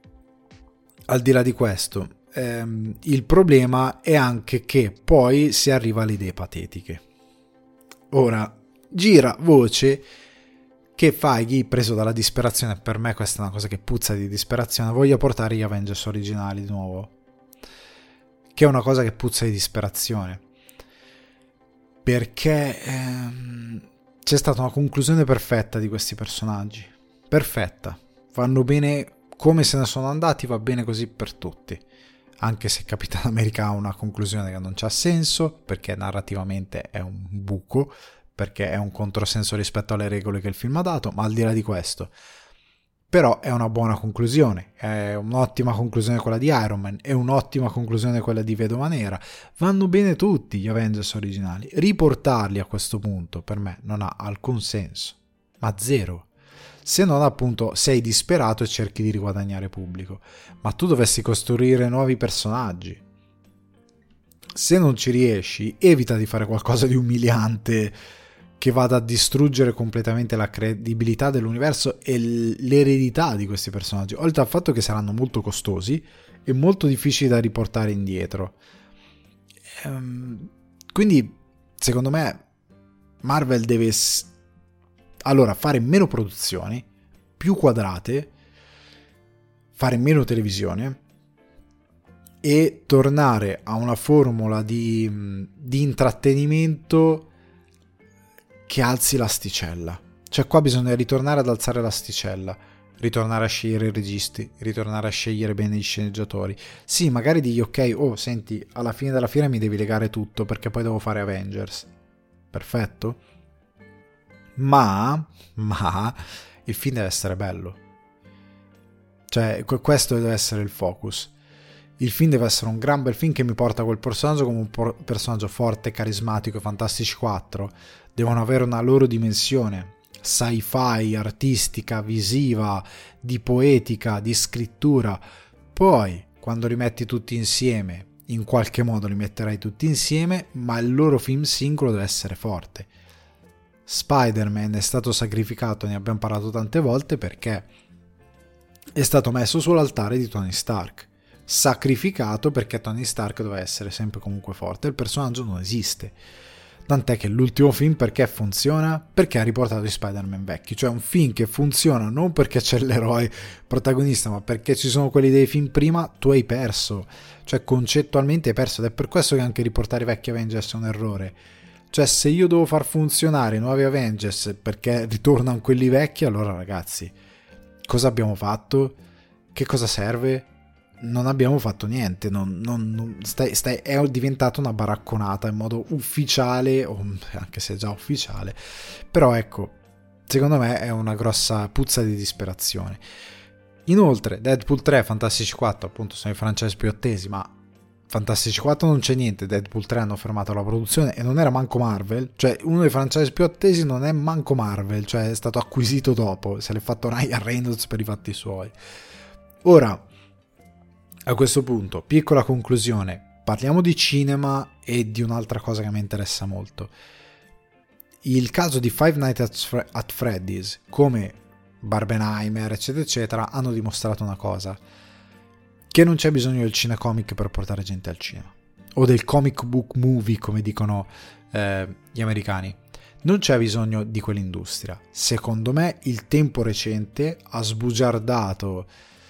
al di là di questo, il problema è anche che poi si arriva alle idee patetiche. Ora gira voce che Feige, preso dalla disperazione, per me questa è una cosa che puzza di disperazione, voglia portare gli Avengers originali di nuovo, che è una cosa che puzza di disperazione, perché c'è stata una conclusione perfetta di questi personaggi, perfetta, vanno bene come se ne sono andati, va bene così per tutti, anche se Capitan America ha una conclusione che non c'ha senso, perché narrativamente è un buco, perché è un controsenso rispetto alle regole che il film ha dato, ma al di là di questo, però è una buona conclusione, è un'ottima conclusione quella di Iron Man, è un'ottima conclusione quella di Vedova Nera, vanno bene tutti gli Avengers originali. Riportarli a questo punto per me non ha alcun senso, ma zero, se non appunto sei disperato e cerchi di riguadagnare pubblico, ma tu dovessi costruire nuovi personaggi. Se non ci riesci, evita di fare qualcosa di umiliante che vada a distruggere completamente la credibilità dell'universo e l'eredità di questi personaggi, oltre al fatto che saranno molto costosi e molto difficili da riportare indietro. Quindi secondo me Marvel deve allora fare meno produzioni, più quadrate, fare meno televisione e tornare a una formula di intrattenimento che alzi l'asticella. Cioè qua bisogna ritornare ad alzare l'asticella, ritornare a scegliere i registi, ritornare a scegliere bene gli sceneggiatori. Sì, magari digli ok, senti, alla fine della fiera mi devi legare tutto perché poi devo fare Avengers. Perfetto. Ma il film deve essere bello. Cioè questo deve essere il focus. Il film deve essere un gran bel film che mi porta quel personaggio come un personaggio forte, carismatico. I Fantastici 4 devono avere una loro dimensione sci-fi, artistica, visiva, di poetica, di scrittura. Poi quando li metti tutti insieme, in qualche modo li metterai tutti insieme, ma il loro film singolo deve essere forte. Spider-Man è stato sacrificato, ne abbiamo parlato tante volte, perché è stato messo sull'altare di Tony Stark, sacrificato perché Tony Stark doveva essere sempre comunque forte. Il personaggio non esiste, tant'è che l'ultimo film perché funziona? Perché ha riportato i Spider-Man vecchi, cioè un film che funziona non perché c'è l'eroe protagonista, ma perché ci sono quelli dei film prima. Tu hai perso, cioè concettualmente hai perso, ed è per questo che anche riportare i vecchi Avengers è un errore. Cioè, se io devo far funzionare i nuovi Avengers perché ritornano quelli vecchi, allora ragazzi, cosa abbiamo fatto? Che cosa serve? Non abbiamo fatto niente. È diventata una baracconata in modo ufficiale, anche se è già ufficiale. Però ecco, secondo me è una grossa puzza di disperazione. Inoltre, Deadpool 3 e Fantastici 4 appunto sono i franchise più attesi, ma Fantastici 4 non c'è niente, Deadpool 3 hanno fermato la produzione e non era manco Marvel, cioè uno dei franchise più attesi non è manco Marvel, cioè è stato acquisito dopo, se l'è fatto Ryan Reynolds per i fatti suoi. Ora, a questo punto, piccola conclusione, parliamo di cinema e di un'altra cosa che mi interessa molto. Il caso di Five Nights at Freddy's, come Barbenheimer, eccetera, eccetera, hanno dimostrato una cosa: che non c'è bisogno del cinecomic per portare gente al cinema, o del comic book movie, come dicono gli americani. Non c'è bisogno di quell'industria. Secondo me il tempo recente ha sbugiardato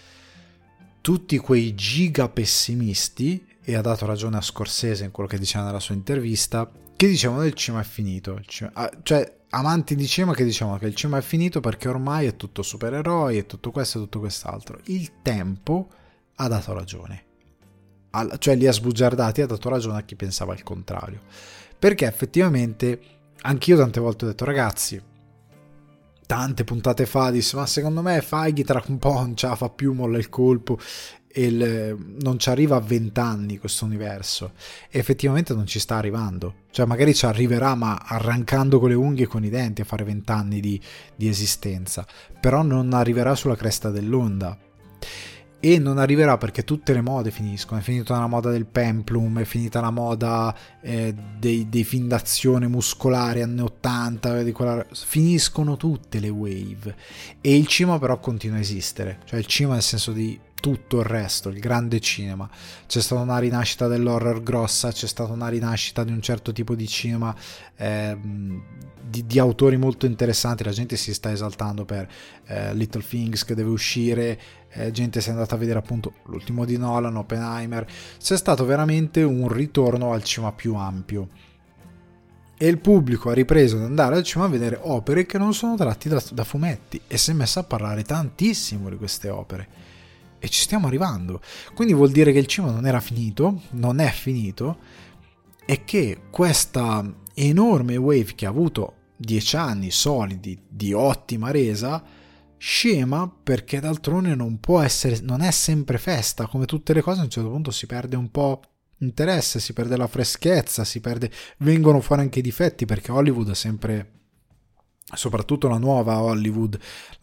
tutti quei giga pessimisti, e ha dato ragione a Scorsese in quello che diceva nella sua intervista, che dicevano che il cinema è finito. Cioè, amanti di cinema che dicevano che il cinema è finito perché ormai è tutto supereroi, è tutto questo e tutto quest'altro. Il tempo ha dato ragione, cioè li ha sbugiardati, ha dato ragione a chi pensava il contrario, perché effettivamente anch'io tante volte ho detto: ragazzi, tante puntate fa dissi, ma secondo me Feige tra un po' non ce la fa più, molla il colpo e non ci arriva a 20 anni questo universo, e effettivamente non ci sta arrivando, cioè magari ci arriverà ma arrancando con le unghie e con i denti a fare 20 anni di esistenza, però non arriverà sulla cresta dell'onda. E non arriverà perché tutte le mode finiscono. È finita la moda del Pemplum, è finita la moda dei film d'azione muscolari anni 80, finiscono tutte le wave, e il cinema però continua a esistere, cioè il cinema nel senso di tutto il resto, il grande cinema. C'è stata una rinascita dell'horror grossa, c'è stata una rinascita di un certo tipo di cinema, di autori molto interessanti. La gente si sta esaltando per Little Things che deve uscire, gente si è andata a vedere appunto l'ultimo di Nolan, Oppenheimer. C'è stato veramente un ritorno al cinema più ampio, e il pubblico ha ripreso ad andare al cinema a vedere opere che non sono tratti da fumetti, e si è messo a parlare tantissimo di queste opere, e ci stiamo arrivando. Quindi vuol dire che il cinema non era finito, non è finito, e che questa enorme wave che ha avuto 10 anni solidi di ottima resa scema, perché d'altronde non è sempre festa. Come tutte le cose, a un certo punto si perde un po' interesse, si perde la freschezza, vengono fuori anche i difetti, perché Hollywood è sempre, soprattutto la nuova Hollywood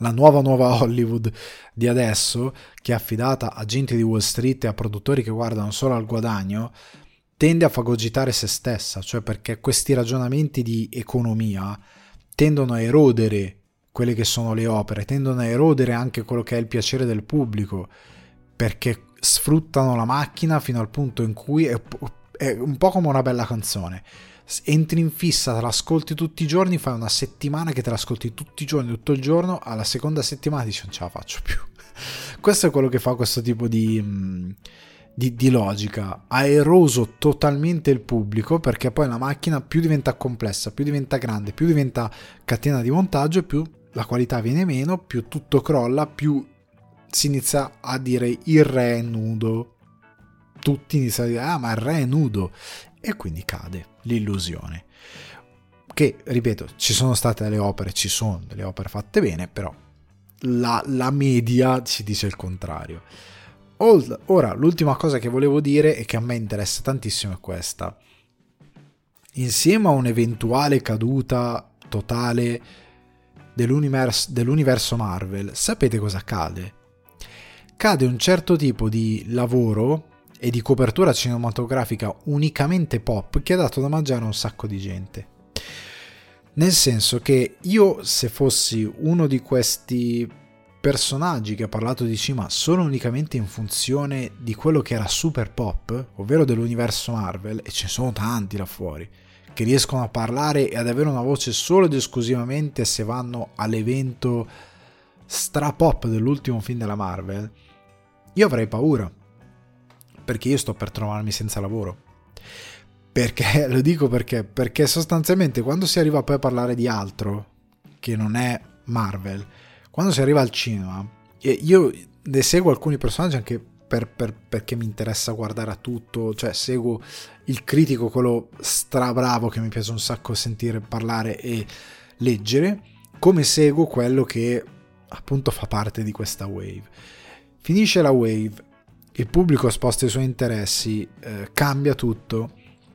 di adesso, che è affidata a gente di Wall Street e a produttori che guardano solo al guadagno, tende a fagocitare se stessa, cioè perché questi ragionamenti di economia tendono a erodere quelle che sono le opere, tendono a erodere anche quello che è il piacere del pubblico, perché sfruttano la macchina fino al punto in cui è un po' come una bella canzone. Entri in fissa, te l'ascolti tutti i giorni, fai una settimana che te l'ascolti tutti i giorni, tutto il giorno, alla seconda settimana dici non ce la faccio più. Questo è quello che fa questo tipo di logica. Ha eroso totalmente il pubblico, perché poi la macchina più diventa complessa, più diventa grande, più diventa catena di montaggio, più la qualità viene meno, più tutto crolla, più si inizia a dire il re è nudo. Tutti iniziano a dire ma il re è nudo, e quindi cade l'illusione. Che, ripeto, ci sono delle opere fatte bene, però la media ci dice il contrario. Ora, l'ultima cosa che volevo dire e che a me interessa tantissimo è questa: insieme a un'eventuale caduta totale dell'universo Marvel, sapete cosa cade? Cade un certo tipo di lavoro e di copertura cinematografica unicamente pop, che ha dato da mangiare a un sacco di gente. Nel senso che io, se fossi uno di questi personaggi che ha parlato di cinema solo unicamente in funzione di quello che era super pop, ovvero dell'universo Marvel, e ce ne sono tanti là fuori, che riescono a parlare e ad avere una voce solo ed esclusivamente se vanno all'evento stra pop dell'ultimo film della Marvel, io avrei paura, perché io sto per trovarmi senza lavoro. Perché lo dico perché sostanzialmente quando si arriva poi a parlare di altro che non è Marvel, quando si arriva al cinema, io ne seguo alcuni personaggi anche perché mi interessa guardare a tutto, cioè seguo il critico, quello strabravo che mi piace un sacco sentire parlare e leggere, come seguo quello che appunto fa parte di questa wave. Finisce la wave, il pubblico sposta i suoi interessi, cambia tutto.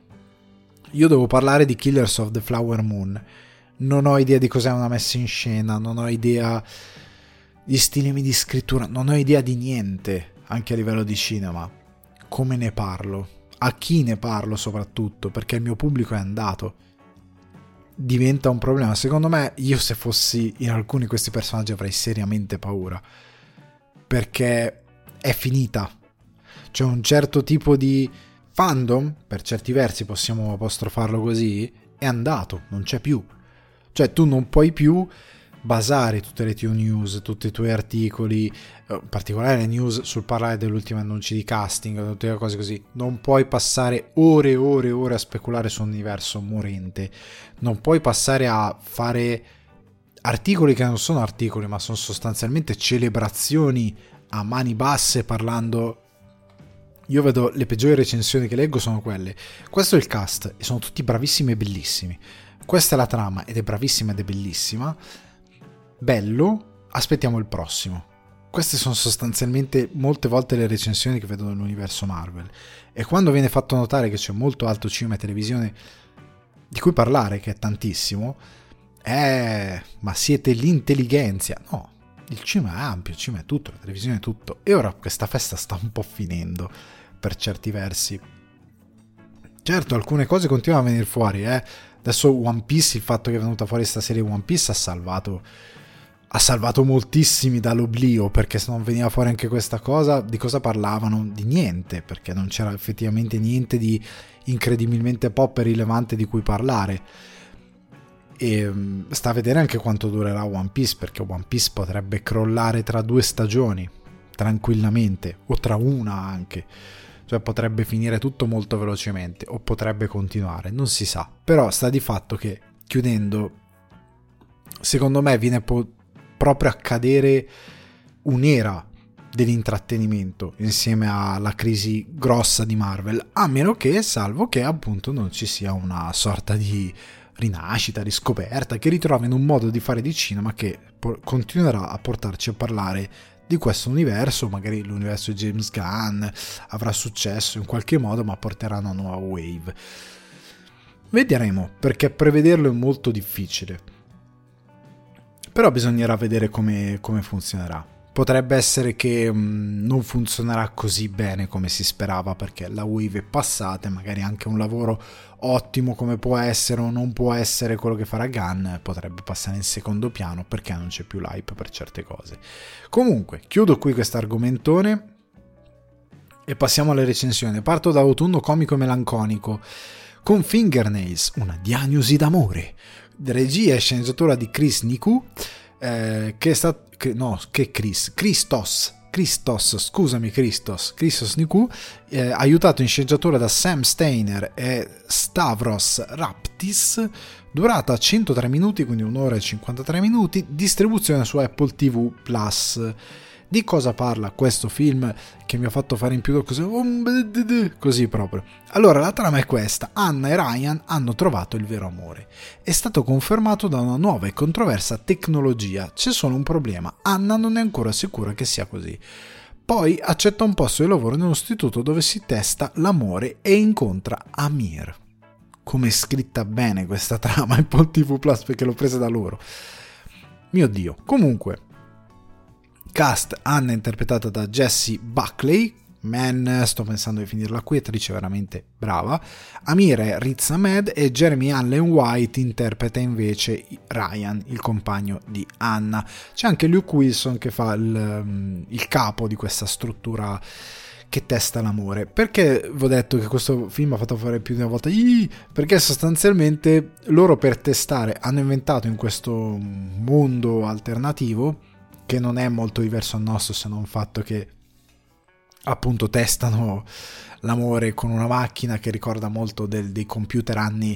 Io devo parlare di Killers of the Flower Moon, non ho idea di cos'è una messa in scena, non ho idea di stilemi di scrittura, non ho idea di niente, anche a livello di cinema. Come ne parlo? A chi ne parlo soprattutto? Perché il mio pubblico è andato. Diventa un problema. Secondo me, io se fossi in alcuni di questi personaggi avrei seriamente paura, perché è finita. C'è un certo tipo di fandom, per certi versi possiamo apostrofarlo così, è andato, non c'è più. Cioè tu non puoi più basare tutte le tue news, tutti i tuoi articoli, in particolare le news sul parlare degli ultimi annunci di casting, tutte le cose così. Non puoi passare ore e ore e ore a speculare su un universo morente. Non puoi passare a fare articoli che non sono articoli, ma sono sostanzialmente celebrazioni a mani basse parlando. Io vedo le peggiori recensioni che leggo sono quelle: questo è il cast e sono tutti bravissimi e bellissimi, questa è la trama ed è bravissima ed è bellissima, bello, aspettiamo il prossimo. Queste sono sostanzialmente molte volte le recensioni che vedo nell'universo Marvel, e quando viene fatto notare che c'è molto alto cinema e televisione di cui parlare, che è tantissimo, ma siete l'intelligenza. No, il cinema è ampio, il cinema è tutto, la televisione è tutto, e ora questa festa sta un po' finendo per certi versi. Certo, alcune cose continuano a venire fuori, adesso One Piece, il fatto che è venuta fuori questa serie One Piece ha salvato moltissimi dall'oblio, perché se non veniva fuori anche questa cosa, di cosa parlavano? Di niente, perché non c'era effettivamente niente di incredibilmente pop e rilevante di cui parlare. E sta a vedere anche quanto durerà One Piece, perché One Piece potrebbe crollare tra 2 stagioni tranquillamente, o tra una anche, cioè potrebbe finire tutto molto velocemente, o potrebbe continuare, non si sa. Però sta di fatto che chiudendo, secondo me viene proprio a cadere un'era dell'intrattenimento insieme alla crisi grossa di Marvel, a meno che, salvo che appunto non ci sia una sorta di rinascita, riscoperta, che ritrovino un modo di fare di cinema che continuerà a portarci a parlare di questo universo. Magari l'universo di James Gunn avrà successo in qualche modo, ma porterà una nuova wave. Vedremo, perché prevederlo è molto difficile, però bisognerà vedere come funzionerà. Potrebbe essere che non funzionerà così bene come si sperava, perché la wave è passata e magari anche un lavoro ottimo come può essere o non può essere quello che farà Gunn potrebbe passare in secondo piano, perché non c'è più l'hype per certe cose. Comunque, chiudo qui questo argomentone e passiamo alle recensioni. Parto da Autunno comico e melanconico con Fingernails, una diagnosi d'amore, regia e sceneggiatura di Chris Niku, Christos Niku, aiutato in sceneggiatura da Sam Steiner e Stavros Raptis, durata 103 minuti, quindi 1 ora e 53 minuti, distribuzione su Apple TV Plus. Di cosa parla questo film che mi ha fatto fare in più così proprio? Allora, la trama è questa: Anna e Ryan hanno trovato il vero amore. È stato confermato da una nuova e controversa tecnologia. C'è solo un problema: Anna non è ancora sicura che sia così. Poi accetta un posto di lavoro in un istituto dove si testa l'amore e incontra Amir. Come è scritta bene questa trama Apple TV Plus, perché l'ho presa da loro. Mio Dio. Comunque, cast: Anna interpretata da Jessie Buckley, Man, sto pensando di finirla qui, attrice veramente brava. Amir è Riz Ahmed e Jeremy Allen White interpreta invece Ryan, il compagno di Anna. C'è anche Luke Wilson che fa il capo di questa struttura che testa l'amore. Perché vi ho detto che questo film ha fatto fare più di una volta? Perché sostanzialmente loro, per testare, hanno inventato in questo mondo alternativo, che non è molto diverso dal nostro, se non il fatto che appunto testano l'amore con una macchina che ricorda molto dei computer anni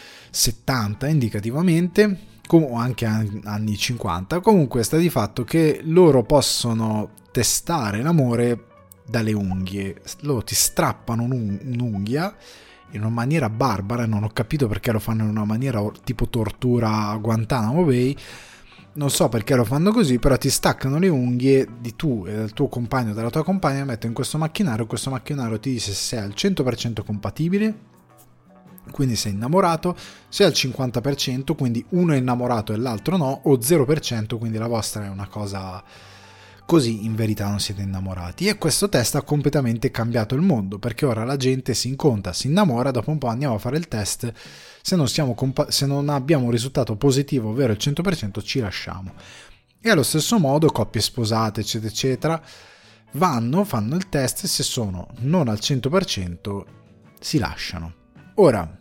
70 indicativamente, o anche anni 50. Comunque sta di fatto che loro possono testare l'amore dalle unghie. Loro ti strappano un'unghia in una maniera barbara, non ho capito perché lo fanno in una maniera tipo tortura a Guantanamo Bay. Non so perché lo fanno così, però ti staccano le unghie di tu e del tuo compagno o della tua compagna, mettono in questo macchinario ti dice se sei al 100% compatibile, quindi sei innamorato, sei al 50%, quindi uno è innamorato e l'altro no, o 0%, quindi la vostra è una cosa così, in verità non siete innamorati. E questo test ha completamente cambiato il mondo, perché ora la gente si incontra, si innamora, dopo un po' andiamo a fare il test, se non abbiamo un risultato positivo, ovvero il 100%, ci lasciamo. E allo stesso modo coppie sposate eccetera eccetera fanno il test e se sono non al 100% si lasciano. Ora,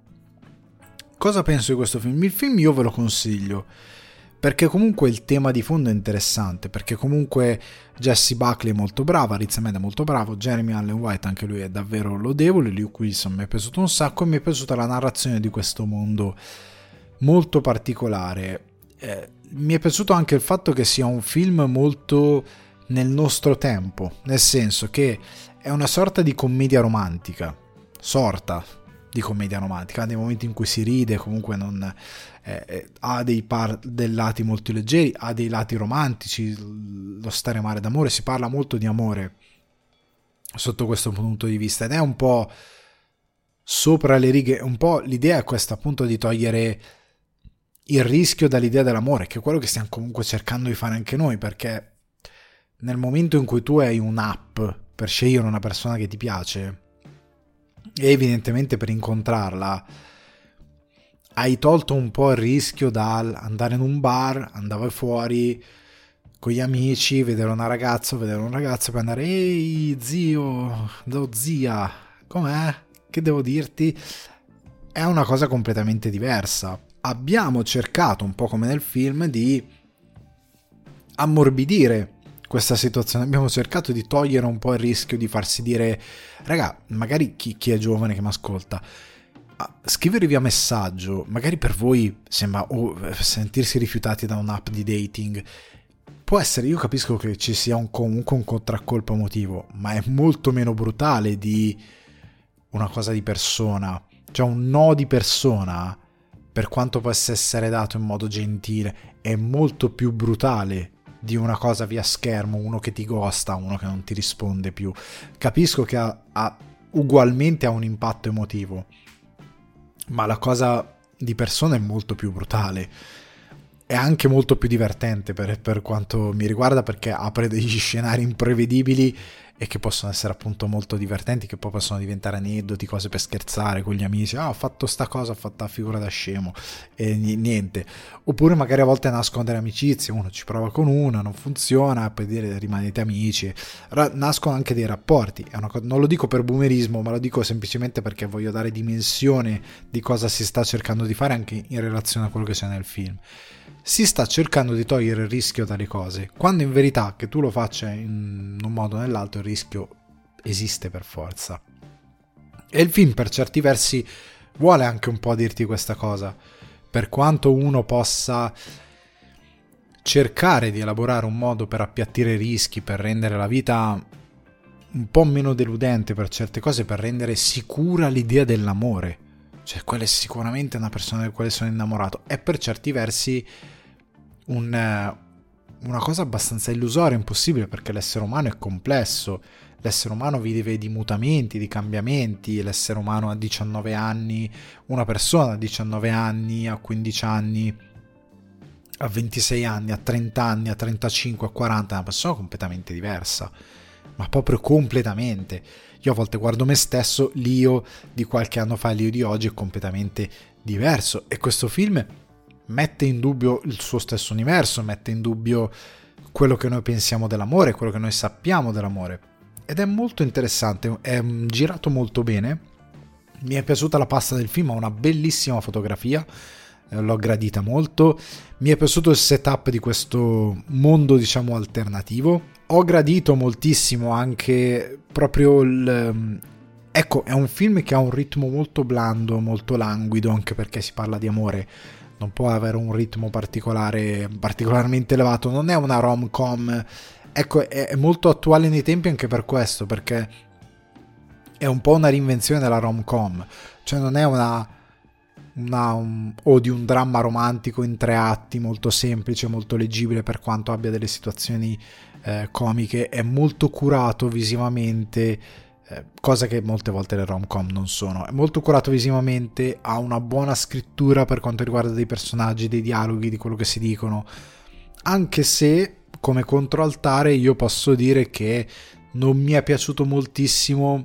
cosa penso di questo film? Il film io ve lo consiglio perché comunque il tema di fondo è interessante, perché comunque Jessie Buckley è molto brava, Riz Ahmed è molto bravo, Jeremy Allen White anche lui è davvero lodevole, Luke Wilson mi è piaciuto un sacco e mi è piaciuta la narrazione di questo mondo molto particolare. Mi è piaciuto anche il fatto che sia un film molto nel nostro tempo, nel senso che è una sorta di commedia romantica, ha dei momenti in cui si ride, comunque non ha dei lati molto leggeri, ha dei lati romantici, lo stare male d'amore, si parla molto di amore sotto questo punto di vista ed è un po' sopra le righe, un po' l'idea è questa appunto di togliere il rischio dall'idea dell'amore, che è quello che stiamo comunque cercando di fare anche noi, perché nel momento in cui tu hai un'app per scegliere una persona che ti piace e evidentemente per incontrarla hai tolto un po' il rischio dal andare in un bar, andare fuori con gli amici, vedere una ragazza, vedere un ragazzo, poi andare ehi zio, zia, com'è? Che devo dirti? È una cosa completamente diversa. Abbiamo cercato, un po' come nel film, di ammorbidire questa situazione, abbiamo cercato di togliere un po' il rischio di farsi dire, raga, magari chi è giovane che mi ascolta, scrivere via messaggio, magari per voi sembra sentirsi rifiutati da un'app di dating, può essere, io capisco che ci sia comunque un contraccolpo emotivo, ma è molto meno brutale di una cosa di persona, cioè un no di persona, per quanto possa essere dato in modo gentile, è molto più brutale di una cosa via schermo, uno che ti ghosta, uno che non ti risponde più. Capisco che ugualmente ha un impatto emotivo, ma la cosa di persona è molto più brutale, è anche molto più divertente per quanto mi riguarda, perché apre degli scenari imprevedibili e che possono essere appunto molto divertenti, che poi possono diventare aneddoti, cose per scherzare con gli amici, ho fatto sta cosa, ho fatto la figura da scemo e niente. Oppure magari a volte nascono delle amicizie, uno ci prova con una, non funziona, poi dire rimanete amici, nascono anche dei rapporti. Non lo dico per boomerismo, ma lo dico semplicemente perché voglio dare dimensione di cosa si sta cercando di fare anche in relazione a quello che c'è nel film. Si sta cercando di togliere il rischio dalle cose, quando in verità che tu lo faccia in un modo o nell'altro il rischio esiste per forza. E il film per certi versi vuole anche un po' dirti questa cosa, per quanto uno possa cercare di elaborare un modo per appiattire i rischi, per rendere la vita un po' meno deludente per certe cose, per rendere sicura l'idea dell'amore, cioè quella è sicuramente una persona del quale sono innamorato, è per certi versi una cosa abbastanza illusoria, impossibile, perché l'essere umano è complesso, l'essere umano vive di mutamenti, di cambiamenti, l'essere umano a 19 anni, una persona a 19 anni, a 15 anni, a 26 anni, a 30 anni, a 35, a 40, è una persona completamente diversa. ma proprio completamente. Io a volte guardo me stesso, l'io di qualche anno fa e l'io di oggi è completamente diverso, e questo film mette in dubbio il suo stesso universo, mette in dubbio quello che noi pensiamo dell'amore, quello che noi sappiamo dell'amore, ed è molto interessante, è girato molto bene. Mi è piaciuta la pasta del film, ha una bellissima fotografia, l'ho gradita molto. Mi è piaciuto il setup di questo mondo, diciamo, alternativo. Ho gradito moltissimo anche proprio ecco, è un film che ha un ritmo molto blando, molto languido, anche perché si parla di amore. Non può avere un ritmo particolarmente elevato, non è una rom-com. Ecco, è molto attuale nei tempi anche per questo, perché è un po' una reinvenzione della rom-com, cioè non è o di un dramma romantico in 3 atti molto semplice, molto leggibile, per quanto abbia delle situazioni comiche. È molto curato visivamente, cosa che molte volte le rom-com non sono. È molto curato visivamente, ha una buona scrittura per quanto riguarda dei personaggi, dei dialoghi, di quello che si dicono, anche se come controaltare io posso dire che non mi è piaciuto moltissimo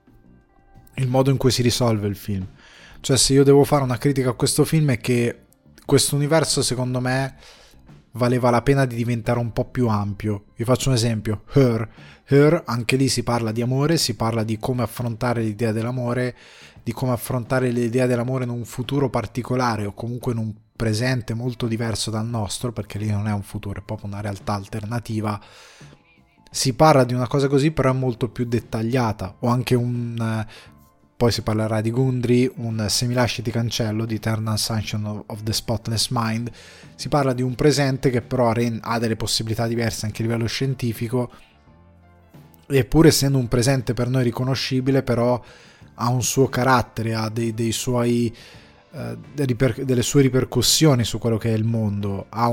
il modo in cui si risolve il film. Cioè, se io devo fare una critica a questo film, è che questo universo, secondo me, valeva la pena di diventare un po' più ampio. Vi faccio un esempio: Her, anche lì si parla di amore, si parla di come affrontare l'idea dell'amore, di come affrontare l'idea dell'amore in un futuro particolare, o comunque in un presente molto diverso dal nostro, perché lì non è un futuro, è proprio una realtà alternativa. Si parla di una cosa così, però è molto più dettagliata. O anche poi si parlerà di Gundry, un Se mi lasci ti cancello, di Eternal Sunshine of the Spotless Mind. Si parla di un presente che però ha delle possibilità diverse anche a livello scientifico, eppure essendo un presente per noi riconoscibile, però ha un suo carattere, ha dei suoi delle sue ripercussioni su quello che è il mondo, ha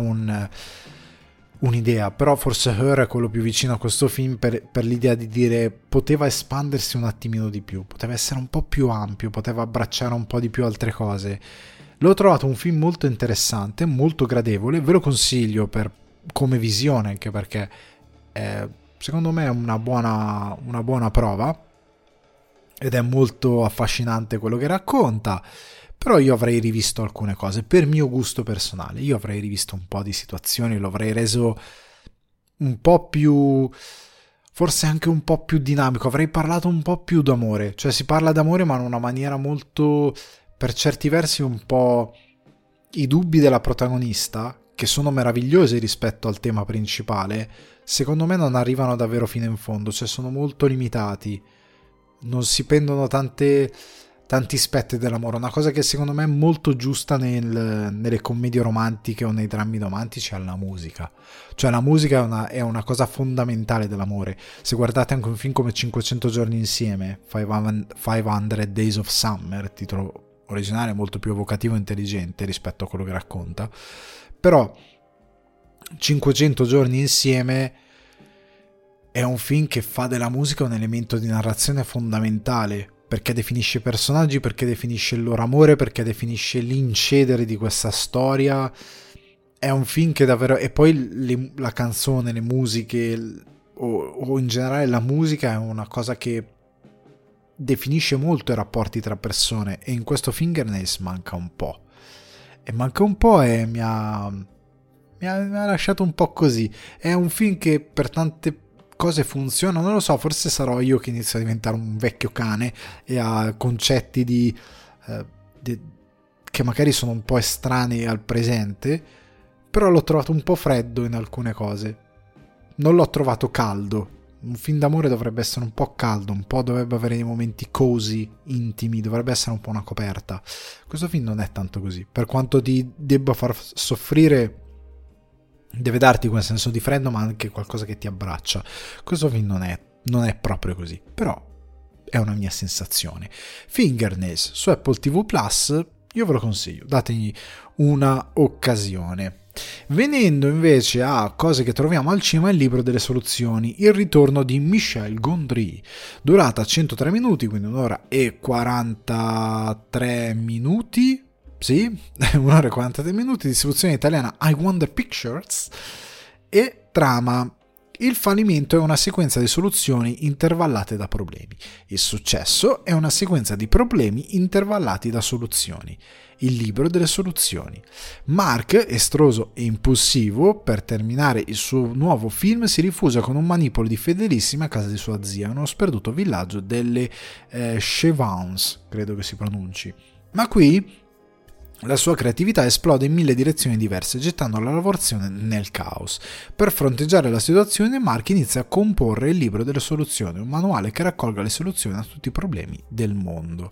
un'idea. Però forse Her è quello più vicino a questo film per l'idea di dire poteva espandersi un attimino di più, poteva essere un po' più ampio, poteva abbracciare un po' di più altre cose. L'ho trovato un film molto interessante, molto gradevole, ve lo consiglio come visione, anche perché secondo me è una buona prova, ed è molto affascinante quello che racconta. Però io avrei rivisto alcune cose, per mio gusto personale. Io avrei rivisto un po' di situazioni, lo avrei reso un po' più, forse anche un po' più dinamico, avrei parlato un po' più d'amore. Cioè si parla d'amore, ma in una maniera molto, per certi versi, un po' i dubbi della protagonista, che sono meravigliosi rispetto al tema principale, secondo me non arrivano davvero fino in fondo, cioè sono molto limitati. Non si pendono tanti aspetti dell'amore, una cosa che secondo me è molto giusta nelle commedie romantiche o nei drammi romantici, è la musica. Cioè la musica è una cosa fondamentale dell'amore. Se guardate anche un film come 500 giorni insieme, 500 Days of Summer, titolo originale molto più evocativo e intelligente rispetto a quello che racconta, però 500 giorni insieme è un film che fa della musica un elemento di narrazione fondamentale, perché definisce i personaggi, perché definisce il loro amore, perché definisce l'incedere di questa storia. È un film che davvero... E poi la canzone, le musiche, o in generale la musica, è una cosa che definisce molto i rapporti tra persone, e in questo Fingernails manca un po'. E mi ha lasciato un po' così. È un film che per tante cose funziona, non lo so, forse sarò io che inizio a diventare un vecchio cane e ha concetti che magari sono un po' estranei al presente, però l'ho trovato un po' freddo in alcune cose, non l'ho trovato caldo. Un film d'amore dovrebbe essere un po' caldo, un po' dovrebbe avere dei momenti cozy, intimi, dovrebbe essere un po' una coperta. Questo film non è tanto così, per quanto ti debba far soffrire, deve darti quel senso di freddo, ma anche qualcosa che ti abbraccia. Questo film non è proprio così, però è una mia sensazione. Fingernails su Apple TV Plus, io ve lo consiglio, dategli una occasione. Venendo invece a cose che troviamo al cinema, il libro delle soluzioni, il ritorno di Michel Gondry, durata 103 minuti, quindi 1 ora e 43 minuti. Sì, 1 ora e 43 minuti, distribuzione italiana I Wonder Pictures, e trama Il fallimento è una sequenza di soluzioni intervallate da problemi. Il successo è una sequenza di problemi intervallati da soluzioni. Il libro delle soluzioni. Mark, estroso e impulsivo, per terminare il suo nuovo film si rifugia con un manipolo di fedelissimi a casa di sua zia, in uno sperduto villaggio delle Chevans, credo che si pronunci. Ma qui la sua creatività esplode in 1000 direzioni diverse, gettando la lavorazione nel caos. Per fronteggiare la situazione, Mark inizia a comporre il libro delle soluzioni, un manuale che raccolga le soluzioni a tutti i problemi del mondo.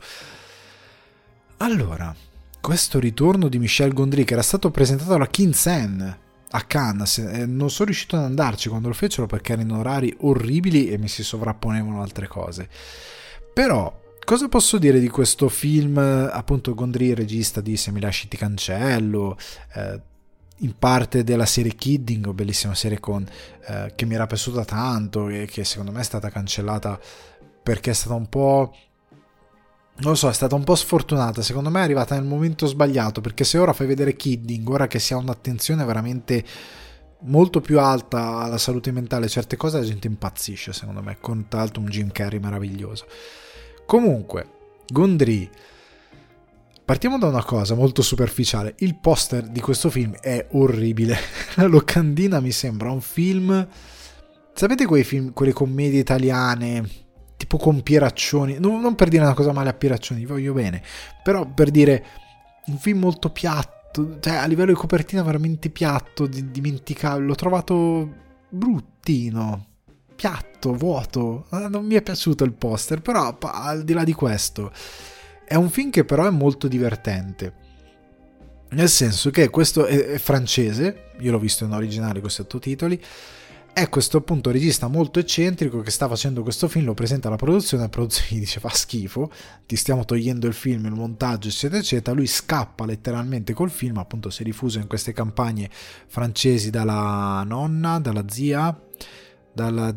Allora, questo ritorno di Michel Gondry, che era stato presentato alla King's End a Cannes, non sono riuscito ad andarci quando lo fecero perché erano orari orribili e mi si sovrapponevano altre cose. Però cosa posso dire di questo film? Appunto, Gondry, regista di Se mi lasci ti cancello, in parte della serie Kidding, bellissima serie che mi era piaciuta tanto e che secondo me è stata cancellata perché è stata un po', non lo so, è stata un po' sfortunata. Secondo me è arrivata nel momento sbagliato, perché se ora fai vedere Kidding, ora che si ha un'attenzione veramente molto più alta alla salute mentale, certe cose la gente impazzisce, secondo me, con tra l'altro un Jim Carrey meraviglioso. Comunque, Gondry, partiamo da una cosa molto superficiale. Il poster di questo film è orribile. La locandina mi sembra un film, sapete quei film, quelle commedie italiane tipo con Pieraccioni, non per dire una cosa male a Pieraccioni, voglio bene, però per dire un film molto piatto, cioè a livello di copertina veramente piatto, dimenticabile, l'ho trovato bruttino, piatto, vuoto, non mi è piaciuto il poster, però al di là di questo è un film che però è molto divertente, nel senso che questo è francese, io l'ho visto in originale con sottotitoli, è questo appunto regista molto eccentrico che sta facendo questo film, lo presenta alla produzione, la produzione gli dice fa schifo, ti stiamo togliendo il film, il montaggio eccetera eccetera, lui scappa letteralmente col film, appunto si è rifuso in queste campagne francesi dalla nonna, dalla zia, dalla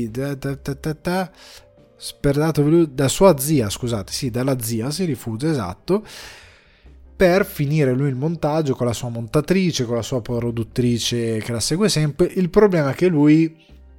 sua zia, scusate, sì, dalla zia si rifugia, esatto, per finire lui il montaggio con la sua montatrice, con la sua produttrice che la segue sempre. Il problema è che lui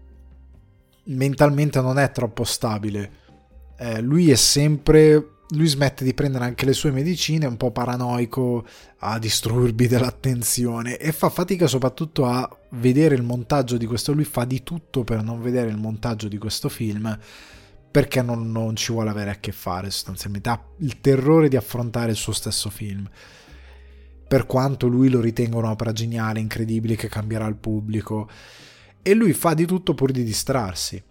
mentalmente non è troppo stabile, lui smette di prendere anche le sue medicine, è un po' paranoico, ha disturbi dell'attenzione e fa fatica soprattutto a vedere il montaggio di questo, lui fa di tutto per non vedere il montaggio di questo film, perché non ci vuole avere a che fare, sostanzialmente ha il terrore di affrontare il suo stesso film, per quanto lui lo ritenga un'opera geniale, incredibile, che cambierà il pubblico, e lui fa di tutto pur di distrarsi,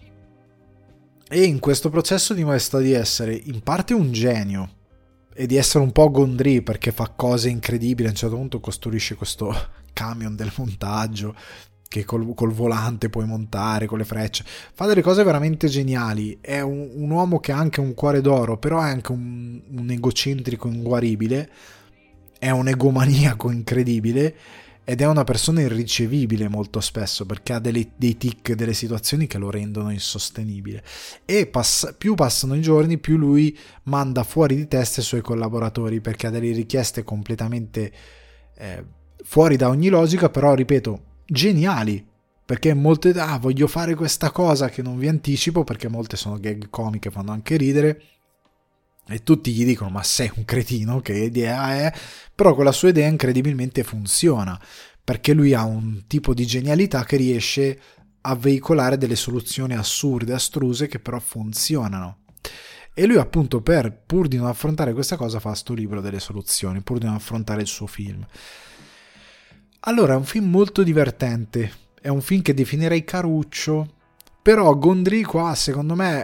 e in questo processo dimostra di essere in parte un genio e di essere un po' Gondry, perché fa cose incredibili. A un certo punto costruisce questo camion del montaggio che col volante puoi montare, con le frecce, fa delle cose veramente geniali, è un uomo che ha anche un cuore d'oro, però è anche un egocentrico inguaribile, è un egomaniaco incredibile ed è una persona irricevibile molto spesso, perché ha dei tic, delle situazioni che lo rendono insostenibile, e più passano i giorni più lui manda fuori di testa i suoi collaboratori, perché ha delle richieste completamente fuori da ogni logica, però ripeto geniali, perché molte voglio fare questa cosa che non vi anticipo, perché molte sono gag comiche, fanno anche ridere e tutti gli dicono ma sei un cretino, che idea è? Però quella sua idea incredibilmente funziona, perché lui ha un tipo di genialità che riesce a veicolare delle soluzioni assurde, astruse, che però funzionano. E lui appunto pur di non affrontare questa cosa fa sto libro delle soluzioni, pur di non affrontare il suo film. Allora, è un film molto divertente, è un film che definirei caruccio, però Gondry qua secondo me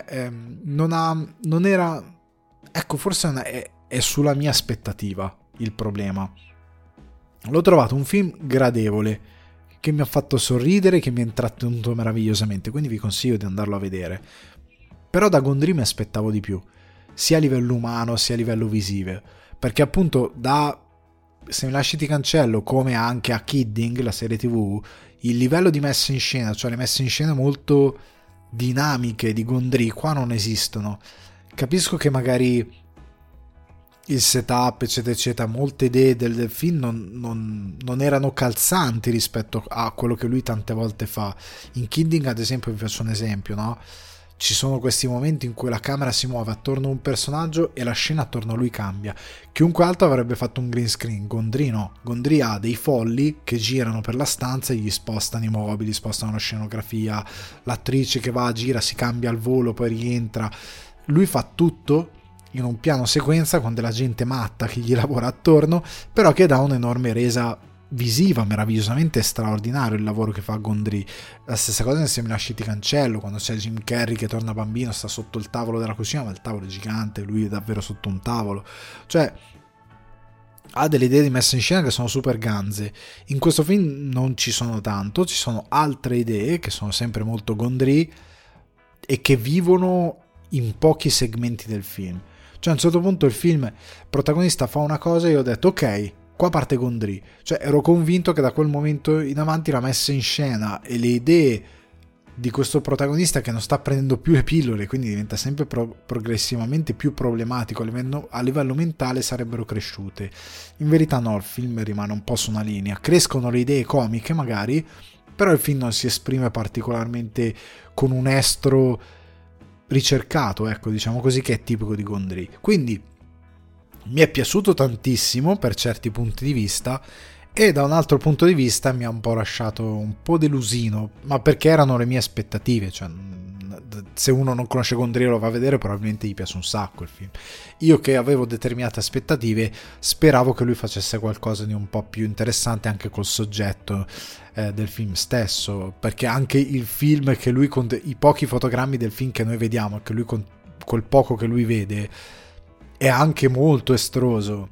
non era, ecco, forse è sulla mia aspettativa il problema. L'ho trovato un film gradevole, che mi ha fatto sorridere, che mi ha intrattenuto meravigliosamente, quindi vi consiglio di andarlo a vedere. Però da Gondry mi aspettavo di più, sia a livello umano sia a livello visivo, perché appunto Se mi lasci ti cancello, come anche a Kidding, la serie TV, il livello di messa in scena, cioè le messe in scena molto dinamiche di Gondry, qua non esistono. Capisco che magari il setup, eccetera, eccetera, molte idee del film non erano calzanti rispetto a quello che lui tante volte fa. In Kidding, ad esempio, vi faccio un esempio, no? Ci sono questi momenti in cui la camera si muove attorno a un personaggio e la scena attorno a lui cambia. Chiunque altro avrebbe fatto un green screen. Gondry no. Gondry ha dei folli che girano per la stanza e gli spostano i mobili, spostano la scenografia, l'attrice che va, gira, si cambia al volo, poi rientra. Lui fa tutto in un piano sequenza con della gente matta che gli lavora attorno, però che dà un'enorme resa visiva, meravigliosamente straordinario il lavoro che fa Gondry. La stessa cosa insieme a Sciti Cancello, quando c'è Jim Carrey che torna bambino, sta sotto il tavolo della cucina, ma il tavolo è gigante, lui è davvero sotto un tavolo, cioè ha delle idee di messa in scena che sono super ganze. In questo film non ci sono tanto, ci sono altre idee che sono sempre molto Gondry e che vivono in pochi segmenti del film. Cioè a un certo punto il protagonista fa una cosa e io ho detto ok, qua parte Gondry. Cioè ero convinto che da quel momento in avanti la messa in scena e le idee di questo protagonista che non sta prendendo più le pillole, quindi diventa sempre progressivamente più problematico a livello mentale, sarebbero cresciute. In verità no, il film rimane un po' su una linea, crescono le idee comiche magari, però il film non si esprime particolarmente con un estro ricercato, ecco, diciamo così, che è tipico di Gondry. Quindi mi è piaciuto tantissimo per certi punti di vista, e da un altro punto di vista mi ha un po' lasciato un po' delusino, ma perché erano le mie aspettative. Cioè, se uno non conosce Gondry e lo va a vedere, probabilmente gli piace un sacco il film. Io che avevo determinate aspettative speravo che lui facesse qualcosa di un po' più interessante anche col soggetto del film stesso, perché anche il film che lui, i pochi fotogrammi del film che noi vediamo, che lui col poco che lui vede, è anche molto estroso,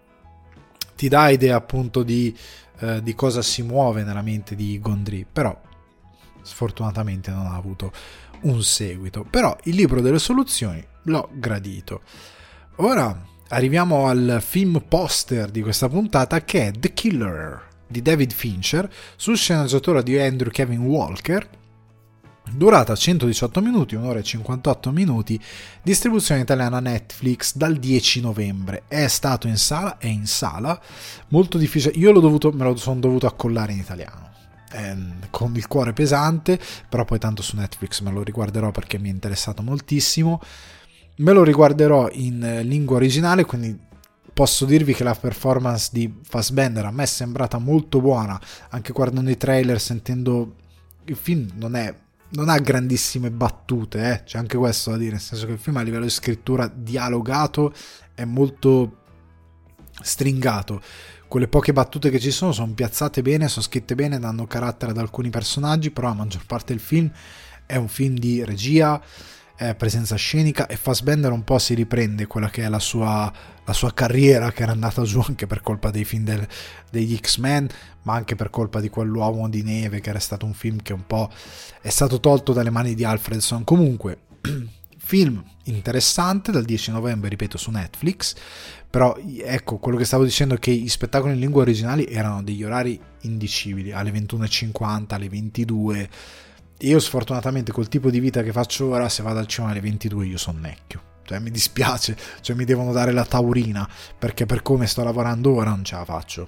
ti dà idea appunto di cosa si muove nella mente di Gondry, però sfortunatamente non ha avuto un seguito. Però il libro delle soluzioni l'ho gradito. Ora arriviamo al film poster di questa puntata, che è The Killer di David Fincher, su sceneggiatura di Andrew Kevin Walker, durata 118 minuti, 1 ora e 58 minuti, distribuzione italiana Netflix dal 10 novembre. È stato in sala, è in sala, molto difficile, io me lo sono dovuto accollare in italiano, con il cuore pesante, però poi tanto su Netflix me lo riguarderò perché mi è interessato moltissimo. Me lo riguarderò in lingua originale, quindi posso dirvi che la performance di Fassbender a me è sembrata molto buona, anche guardando i trailer, sentendo il film. Non ha grandissime battute, c'è anche questo da dire, nel senso che il film a livello di scrittura dialogato è molto stringato. Quelle poche battute che ci sono piazzate bene, sono scritte bene, danno carattere ad alcuni personaggi, però la maggior parte del film è un film di regia, presenza scenica, e Fassbender un po' si riprende quella che è la sua carriera, che era andata giù anche per colpa dei film degli X-Men, ma anche per colpa di quell'Uomo di Neve, che era stato un film che un po' è stato tolto dalle mani di Alfredson. Comunque film interessante, dal 10 novembre, ripeto, su Netflix. Però ecco, quello che stavo dicendo è che gli spettacoli in lingua originali erano degli orari indicibili, alle 21:50, alle 22. Io sfortunatamente col tipo di vita che faccio ora, se vado al cinema alle 22 io sonnecchio, cioè mi dispiace, cioè mi devono dare la taurina, perché per come sto lavorando ora non ce la faccio,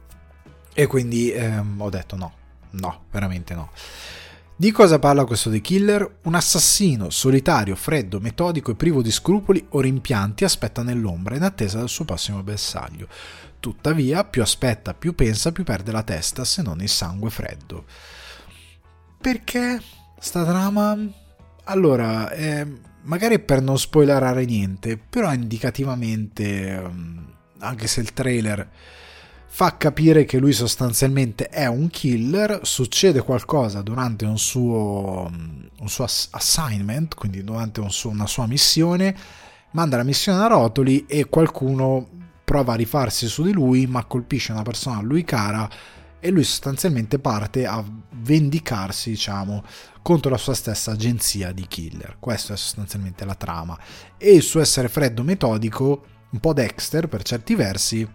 e quindi ho detto no, veramente no. Di cosa parla questo The Killer? Un assassino solitario, freddo, metodico e privo di scrupoli o rimpianti aspetta nell'ombra in attesa del suo prossimo bersaglio. Tuttavia, più aspetta, più pensa, più perde la testa, se non il sangue freddo. Perché sta trama? Allora, magari per non spoilerare niente, però indicativamente, anche se il trailer fa capire che lui sostanzialmente è un killer, succede qualcosa durante un suo assignment, quindi durante una sua missione, manda la missione a rotoli e qualcuno prova a rifarsi su di lui, ma colpisce una persona a lui cara, e lui sostanzialmente parte a vendicarsi, diciamo, contro la sua stessa agenzia di killer. Questa è sostanzialmente la trama, e il suo essere freddo, metodico, un po' Dexter per certi versi,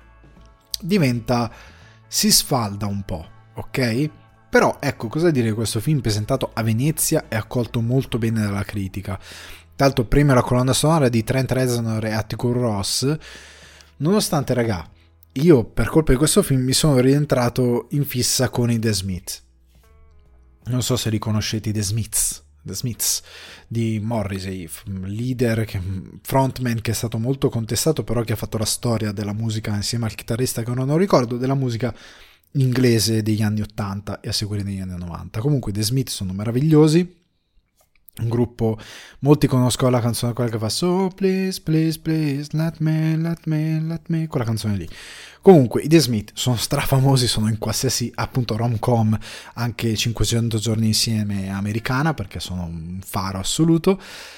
si sfalda un po', ok? Però ecco, cosa dire di questo film presentato a Venezia e accolto molto bene dalla critica. Tra l'altro premio alla colonna sonora di Trent Reznor e Atticus Ross, nonostante, raga, io per colpa di questo film mi sono rientrato in fissa con i The Smiths. Non so se riconoscete i The Smiths di Morrissey, leader, frontman che è stato molto contestato, però che ha fatto la storia della musica insieme al chitarrista che non ho ricordo, della musica inglese degli anni 80 e a seguire degli anni 90. Comunque i The Smiths sono meravigliosi, un gruppo, molti conoscono la canzone quella che fa So please please please let me, quella canzone lì. Comunque i The Smith sono strafamosi, sono in qualsiasi appunto rom-com, anche 500 giorni insieme americana, perché sono un faro assoluto.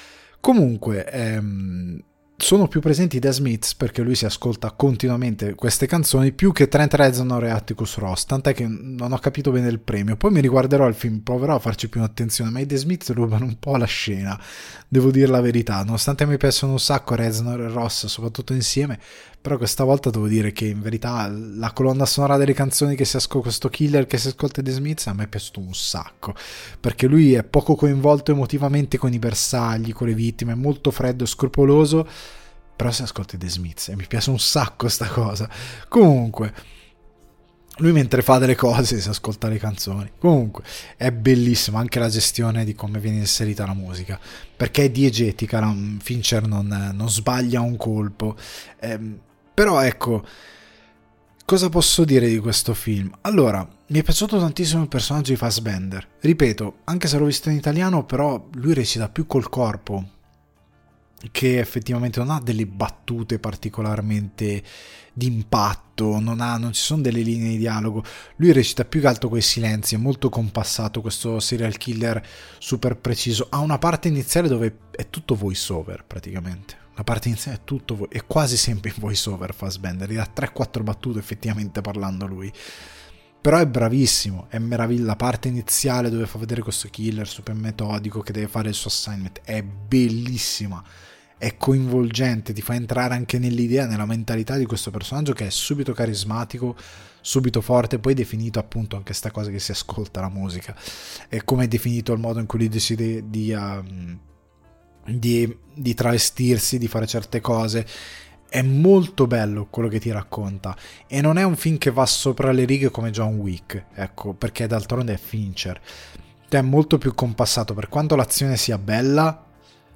Comunque sono più presenti i The Smiths perché lui si ascolta continuamente queste canzoni più che Trent Reznor e Atticus Ross, tant'è che non ho capito bene il premio. Poi mi riguarderò il film, proverò a farci più attenzione, ma i The Smiths rubano un po' la scena, devo dire la verità, nonostante mi piacciono un sacco Reznor e Ross, soprattutto insieme, però questa volta devo dire che in verità la colonna sonora delle canzoni che si ascolta, questo killer che si ascolta i The Smiths, a me è piaciuto un sacco, perché lui è poco coinvolto emotivamente con i bersagli, con le vittime, è molto freddo e scrupoloso, però si ascolta i The Smiths e mi piace un sacco sta cosa. Comunque lui mentre fa delle cose si ascolta le canzoni, comunque è bellissimo anche la gestione di come viene inserita la musica, perché è diegetica, Fincher non sbaglia un colpo, però ecco, cosa posso dire di questo film? Allora, mi è piaciuto tantissimo il personaggio di Fassbender, ripeto, anche se l'ho visto in italiano, però lui recita più col corpo, che effettivamente non ha delle battute particolarmente d'impatto, non ci sono delle linee di dialogo, lui recita più che altro quei silenzi, è molto compassato, questo serial killer super preciso, ha una parte iniziale dove è tutto voice over praticamente, la parte iniziale è tutto è quasi sempre in voice over Fassbender, gli dà 3-4 battute effettivamente parlando lui, però è bravissimo, è meraviglioso, la parte iniziale dove fa vedere questo killer super metodico che deve fare il suo assignment è bellissima, è coinvolgente, ti fa entrare anche nell'idea, nella mentalità di questo personaggio che è subito carismatico, subito forte, poi è definito appunto anche sta cosa che si ascolta la musica, e come è definito il modo in cui lui decide di travestirsi, di fare certe cose. È molto bello quello che ti racconta e non è un film che va sopra le righe come John Wick, ecco, perché d'altronde è Fincher, è molto più compassato, per quanto l'azione sia bella,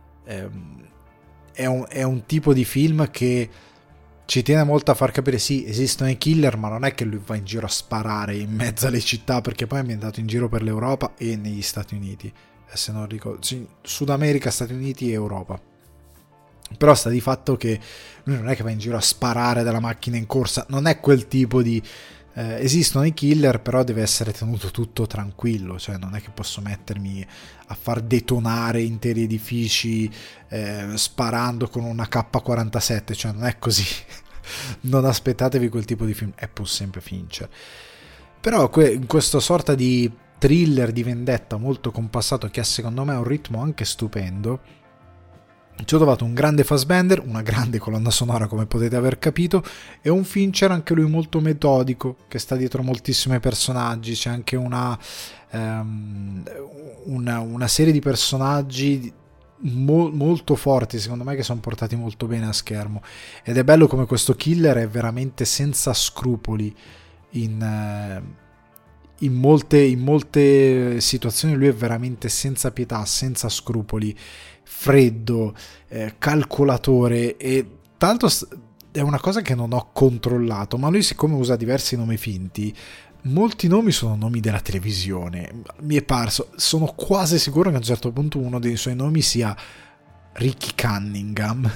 è un tipo di film che ci tiene molto a far capire sì, esistono i killer, ma non è che lui va in giro a sparare in mezzo alle città, perché poi è ambientato in giro per l'Europa e negli Stati Uniti, se non ricordo, sì, Sud America, Stati Uniti e Europa. Però sta di fatto che lui non è che va in giro a sparare dalla macchina in corsa, non è quel tipo di esistono i killer, però deve essere tenuto tutto tranquillo, cioè non è che posso mettermi a far detonare interi edifici sparando con una K47, cioè non è così. Non aspettatevi quel tipo di film, è pur sempre Fincher. Però in questa sorta di thriller di vendetta molto compassato, che ha secondo me un ritmo anche stupendo, ci ho trovato un grande Fassbender, una grande colonna sonora come potete aver capito, e un Fincher anche lui molto metodico, che sta dietro moltissimi personaggi, c'è anche una serie di personaggi molto forti secondo me, che sono portati molto bene a schermo, ed è bello come questo killer è veramente senza scrupoli in molte situazioni, lui è veramente senza pietà, senza scrupoli, freddo, calcolatore, e tanto è una cosa che non ho controllato, ma lui siccome usa diversi nomi finti, molti nomi sono nomi della televisione, mi è parso, sono quasi sicuro che a un certo punto uno dei suoi nomi sia Ricky Cunningham.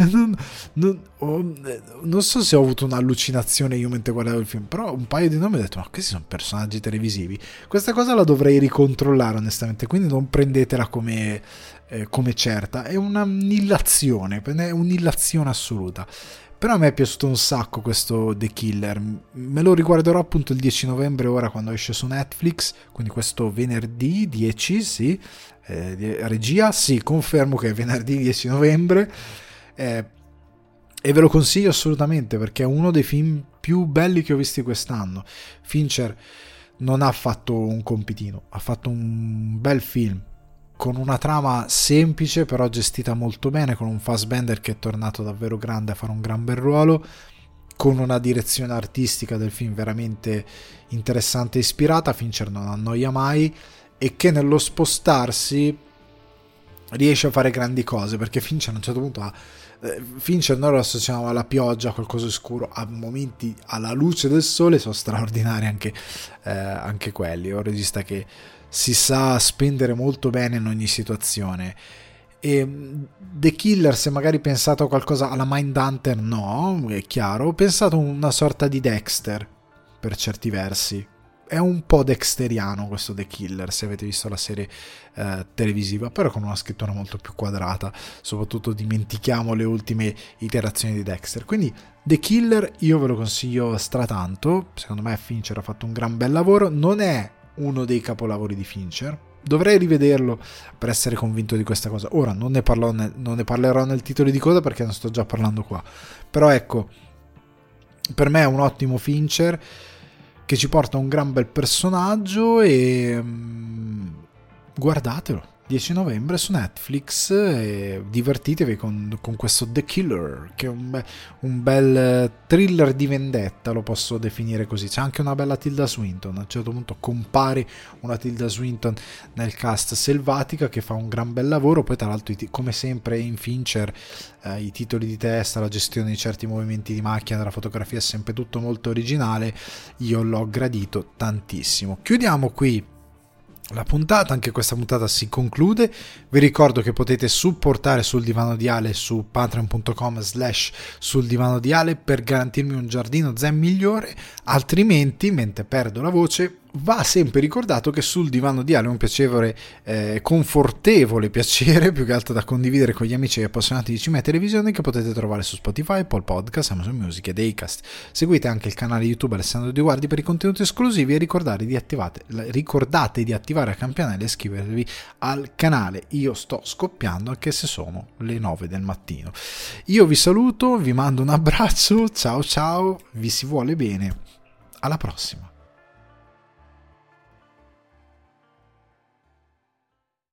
Non so se ho avuto un'allucinazione io mentre guardavo il film, però un paio di nomi ho detto ma questi sono personaggi televisivi, questa cosa la dovrei ricontrollare onestamente, quindi non prendetela come certa, è un'illazione assoluta. Però a me è piaciuto un sacco questo The Killer, me lo riguarderò appunto il 10 novembre ora quando esce su Netflix, quindi questo venerdì 10, sì, regia, sì, confermo che è venerdì 10 novembre, e ve lo consiglio assolutamente perché è uno dei film più belli che ho visti quest'anno. Fincher non ha fatto un compitino, ha fatto un bel film con una trama semplice però gestita molto bene, con un Fassbender che è tornato davvero grande a fare un gran bel ruolo, con una direzione artistica del film veramente interessante e ispirata. Fincher non annoia mai, e che nello spostarsi riesce a fare grandi cose, perché Fincher a un certo punto Fincher noi lo associamo alla pioggia, a qualcosa di scuro, a momenti alla luce del sole sono straordinari anche quelli. È un regista che si sa spendere molto bene in ogni situazione. E The Killer, se magari pensato a qualcosa alla Mindhunter, no, è chiaro, ho pensato a una sorta di Dexter per certi versi. È un po' dexteriano questo The Killer, se avete visto la serie televisiva, però con una scrittura molto più quadrata. Soprattutto dimentichiamo le ultime iterazioni di Dexter. Quindi The Killer io ve lo consiglio stratanto. Secondo me Fincher ha fatto un gran bel lavoro. Non è uno dei capolavori di Fincher, dovrei rivederlo per essere convinto di questa cosa. Ora non ne parlerò nel titolo di coda perché ne sto già parlando qua, però ecco, per me è un ottimo Fincher che ci porta un gran bel personaggio. E guardatelo, 10 novembre su Netflix, e divertitevi con questo The Killer, che è un bel thriller di vendetta, lo posso definire così. C'è anche una bella Tilda Swinton, a un certo punto compare una Tilda Swinton nel cast selvatica che fa un gran bel lavoro. Poi tra l'altro, come sempre in Fincher, i titoli di testa, la gestione di certi movimenti di macchina, della fotografia, è sempre tutto molto originale. Io l'ho gradito tantissimo. Chiudiamo qui la puntata, anche questa puntata si conclude. Vi ricordo che potete supportare Sul Divano di Ale su patreon.com/Sul Divano di Ale per garantirmi un giardino zen migliore. Altrimenti, mentre perdo la voce, va sempre ricordato che Sul Divano di Ale è un piacevole, confortevole piacere, più che altro da condividere con gli amici e appassionati di cinema e televisione, che potete trovare su Spotify, Apple Podcast, Amazon Music ed Acast. Seguite anche il canale YouTube Alessandro Di Guardi per i contenuti esclusivi e ricordate di attivare la campanella e iscrivervi al canale. Io sto scoppiando anche se sono le 9 del mattino. Io vi saluto, vi mando un abbraccio, ciao ciao, vi si vuole bene, alla prossima.